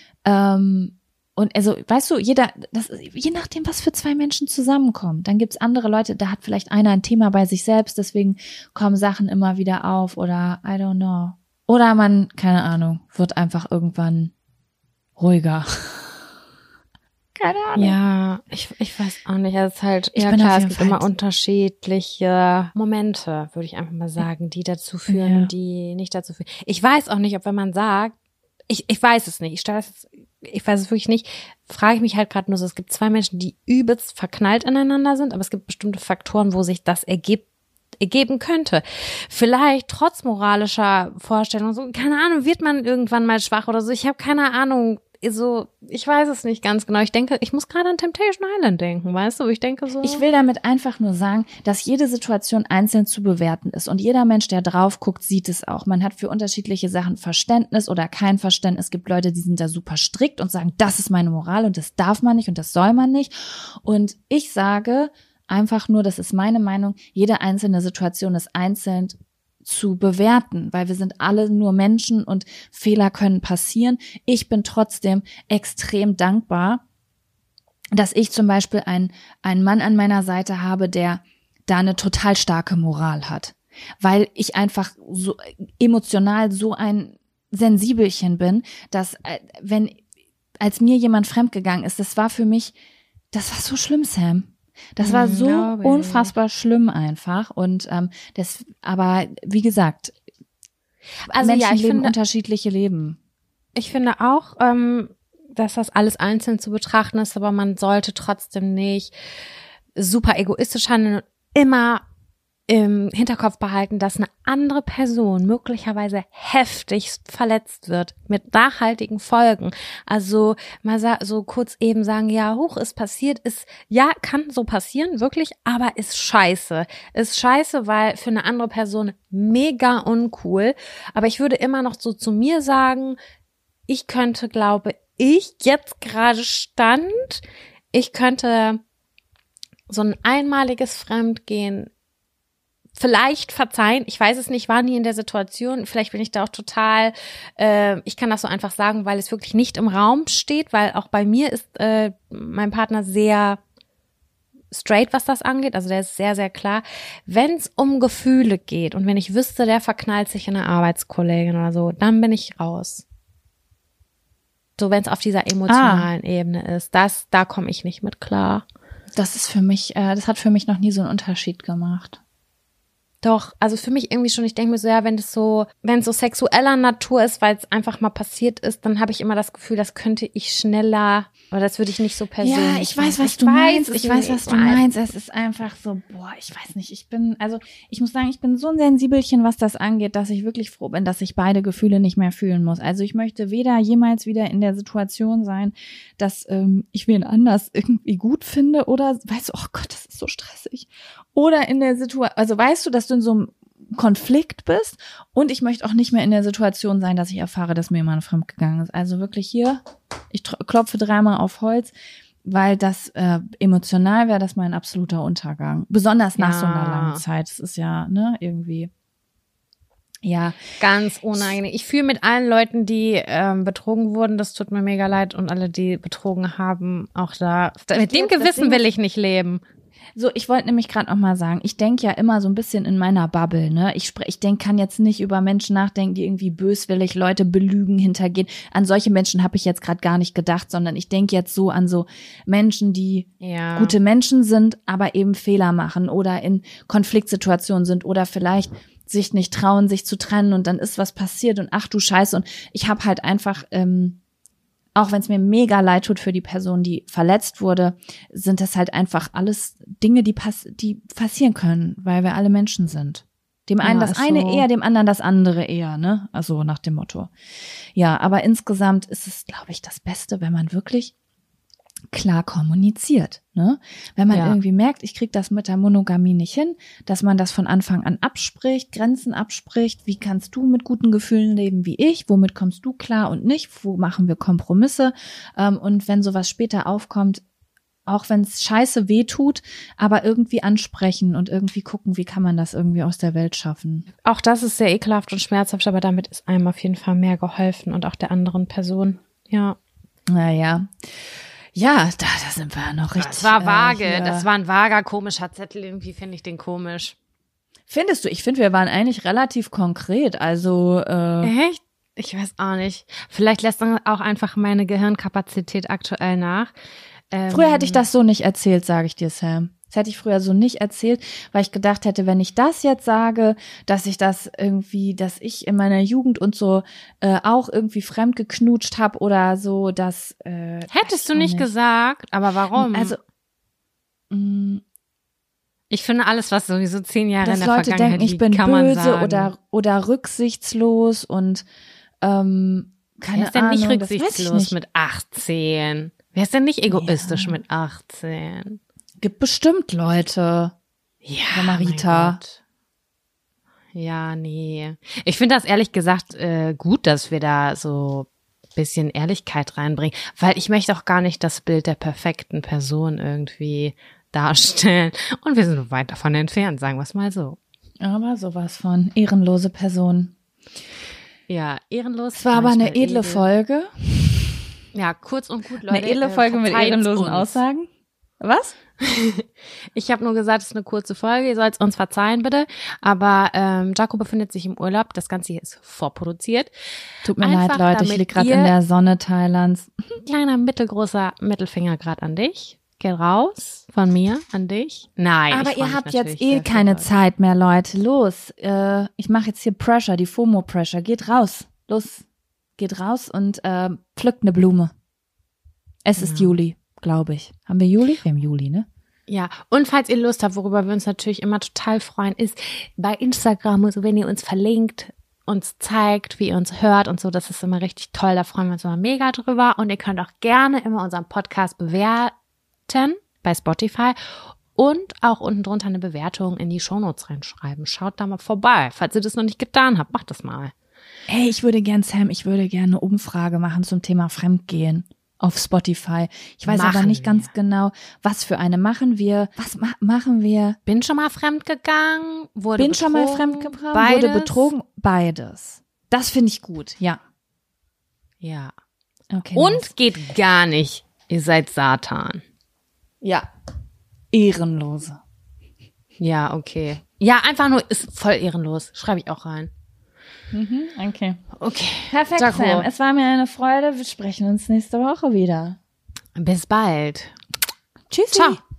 Und also, weißt du, je nachdem, was für 2 Menschen zusammenkommen, dann gibt's andere Leute, da hat vielleicht einer ein Thema bei sich selbst, deswegen kommen Sachen immer wieder auf oder I don't know. Oder man, keine Ahnung, wird einfach irgendwann ruhiger. Keine Ahnung. Ja, ich weiß auch nicht. Es ist halt, ja klar, es gibt immer unterschiedliche Momente, würde ich einfach mal sagen, die dazu führen, die nicht dazu führen. Ich weiß auch nicht, ob wenn man sagt, ich weiß es nicht, ich weiß es wirklich nicht, frage ich mich halt gerade nur so, es gibt 2 Menschen, die übelst verknallt aneinander sind, aber es gibt bestimmte Faktoren, wo sich das ergeben könnte. Vielleicht trotz moralischer Vorstellungen, so, keine Ahnung, wird man irgendwann mal schwach oder so, ich habe keine Ahnung, so, ich weiß es nicht ganz genau. Ich denke, ich muss gerade an Temptation Island denken, weißt du? Ich denke so. Ich will damit einfach nur sagen, dass jede Situation einzeln zu bewerten ist und jeder Mensch, der drauf guckt, sieht es auch. Man hat für unterschiedliche Sachen Verständnis oder kein Verständnis. Es gibt Leute, die sind da super strikt und sagen, das ist meine Moral und das darf man nicht und das soll man nicht. Und ich sage einfach nur, das ist meine Meinung, jede einzelne Situation ist einzeln zu bewerten, weil wir sind alle nur Menschen und Fehler können passieren. Ich bin trotzdem extrem dankbar, dass ich zum Beispiel einen Mann an meiner Seite habe, der da eine total starke Moral hat, weil ich einfach so emotional so ein Sensibelchen bin, dass als mir jemand fremdgegangen ist, das war so schlimm, Sam. Das war so unfassbar schlimm einfach und aber wie gesagt, also Menschen leben unterschiedliche Leben. Ich finde auch, dass das alles einzeln zu betrachten ist, aber man sollte trotzdem nicht super egoistisch handeln und immer im Hinterkopf behalten, dass eine andere Person möglicherweise heftig verletzt wird mit nachhaltigen Folgen. Also mal so kurz eben sagen, ja, ist passiert, kann so passieren, wirklich, aber ist scheiße. Ist scheiße, weil für eine andere Person mega uncool. Aber ich würde immer noch so zu mir sagen, ich könnte, glaube ich, jetzt gerade Stand ich könnte so ein einmaliges Fremdgehen vielleicht verzeihen. Ich weiß es nicht, war nie in der Situation. Vielleicht bin ich da auch total, ich kann das so einfach sagen, weil es wirklich nicht im Raum steht, weil auch bei mir ist mein Partner sehr straight, was das angeht. Also der ist sehr, sehr klar. Wenn es um Gefühle geht und wenn ich wüsste, der verknallt sich in eine Arbeitskollegin oder so, dann bin ich raus. So, wenn es auf dieser emotionalen Ebene ist, da komme ich nicht mit klar. Das ist für mich, das hat für mich noch nie so einen Unterschied gemacht. Doch, also für mich irgendwie schon, ich denke mir so, ja, wenn es so sexueller Natur ist, weil es einfach mal passiert ist, dann habe ich immer das Gefühl, das könnte ich schneller, oder das würde ich nicht so persönlich machen. Ja, ich weiß, was du meinst. Ich weiß, was du meinst. Es ist einfach so, ich weiß nicht, ich muss sagen, ich bin so ein Sensibelchen, was das angeht, dass ich wirklich froh bin, dass ich beide Gefühle nicht mehr fühlen muss. Also ich möchte weder jemals wieder in der Situation sein, dass ich wen anders irgendwie gut finde oder, weißt du, oh Gott, das ist so stressig. Oder in der Situation, also weißt du, dass du in so einem Konflikt bist und ich möchte auch nicht mehr in der Situation sein, dass ich erfahre, dass mir jemand fremdgegangen ist. Also wirklich hier, ich klopfe 3-mal auf Holz, weil das emotional wäre das mein absoluter Untergang. Besonders nach so einer langen Zeit. Das ist ja, ne, irgendwie, ja. Ganz unangenehm. Ich fühle mit allen Leuten, die betrogen wurden, das tut mir mega leid und alle, die betrogen haben, auch da. Mit dem Gewissen will ich nicht leben. So, ich wollte nämlich gerade noch mal sagen, ich denke ja immer so ein bisschen in meiner Bubble, ne? Ich kann jetzt nicht über Menschen nachdenken, die irgendwie böswillig Leute belügen, hintergehen. An solche Menschen habe ich jetzt gerade gar nicht gedacht, sondern ich denke jetzt so an so Menschen, die gute Menschen sind, aber eben Fehler machen oder in Konfliktsituationen sind oder vielleicht sich nicht trauen, sich zu trennen und dann ist was passiert und ach du Scheiße. Und ich habe halt einfach auch wenn es mir mega leid tut für die Person, die verletzt wurde, sind das halt einfach alles Dinge, die passieren können, weil wir alle Menschen sind. Dem einen das eine eher, dem anderen das andere eher, ne? Also nach dem Motto. Ja, aber insgesamt ist es, glaube ich, das Beste, wenn man wirklich klar kommuniziert, ne? Wenn man irgendwie merkt, ich krieg das mit der Monogamie nicht hin, dass man das von Anfang an abspricht, Grenzen abspricht, wie kannst du mit guten Gefühlen leben wie ich, womit kommst du klar und nicht, wo machen wir Kompromisse und wenn sowas später aufkommt, auch wenn es scheiße wehtut, aber irgendwie ansprechen und irgendwie gucken, wie kann man das irgendwie aus der Welt schaffen. Auch das ist sehr ekelhaft und schmerzhaft, aber damit ist einem auf jeden Fall mehr geholfen und auch der anderen Person, ja. Naja. Ja, da sind wir ja noch richtig. Das war vage, das war ein vager, komischer Zettel, irgendwie finde ich den komisch. Findest du? Ich finde, wir waren eigentlich relativ konkret, also Echt? Ich weiß auch nicht. Vielleicht lässt dann auch einfach meine Gehirnkapazität aktuell nach. Früher hätte ich das so nicht erzählt, sage ich dir, Sam. Das hätte ich früher so nicht erzählt, weil ich gedacht hätte, wenn ich das jetzt sage, dass ich in meiner Jugend und so auch irgendwie fremd geknutscht habe oder so, dass hättest du nicht gesagt, aber warum? Also ich finde alles, was sowieso 10 Jahre in der Leute Vergangenheit denken, ich bin kann man böse sagen. oder rücksichtslos und keine Wer ist denn Ahnung, nicht das weiß ich rücksichtslos nicht. mit 18? Wer ist denn nicht egoistisch mit 18? Gibt bestimmt Leute. Ja, Marita. mein Gott. Ja, nee. Ich finde das ehrlich gesagt gut, dass wir da so ein bisschen Ehrlichkeit reinbringen, weil ich möchte auch gar nicht das Bild der perfekten Person irgendwie darstellen. Und wir sind weit davon entfernt, sagen wir es mal so. Aber sowas von ehrenlose Person. Ja, ehrenlos. Es war aber eine edle Folge. Ja, kurz und gut, Leute. Eine edle Folge mit ehrenlosen Aussagen. Was? Ich habe nur gesagt, es ist eine kurze Folge, ihr sollt es uns verzeihen, bitte. Aber Jaco befindet sich im Urlaub, das Ganze hier ist vorproduziert. Tut mir leid, Leute, ich liege gerade in der Sonne Thailands. Kleiner, mittelgroßer Mittelfinger gerade an dich. Geht raus von mir an dich. Nein, aber ihr habt jetzt keine Zeit mehr, Leute. Los, ich mache jetzt hier Pressure, die FOMO-Pressure. Geht raus, los, geht raus und pflückt eine Blume. Es ist Juli, glaube ich. Haben wir Juli? Wir haben Juli, ne? Ja, und falls ihr Lust habt, worüber wir uns natürlich immer total freuen, ist bei Instagram, also wenn ihr uns verlinkt, uns zeigt, wie ihr uns hört und so, das ist immer richtig toll, da freuen wir uns immer mega drüber. Und ihr könnt auch gerne immer unseren Podcast bewerten bei Spotify und auch unten drunter eine Bewertung in die Shownotes reinschreiben. Schaut da mal vorbei. Falls ihr das noch nicht getan habt, macht das mal. Ey, Sam, ich würde gerne eine Umfrage machen zum Thema Fremdgehen. auf Spotify. Ich weiß aber Machen nicht wir. ganz genau, was für eine machen wir. Was machen wir? Bin schon mal fremdgegangen, wurde Bin schon mal betrogen, fremdgegangen, beides. wurde betrogen. Beides. Das finde ich gut, ja. Ja. Okay. Und nice. geht gar nicht. Ihr seid Satan. Ja. Ehrenlose. Ja, okay. Ja, einfach nur, ist voll ehrenlos. Schreibe ich auch rein. Okay. Okay. Perfekt, Jaco. Sam. Es war mir eine Freude. Wir sprechen uns nächste Woche wieder. Bis bald. Tschüssi. Ciao.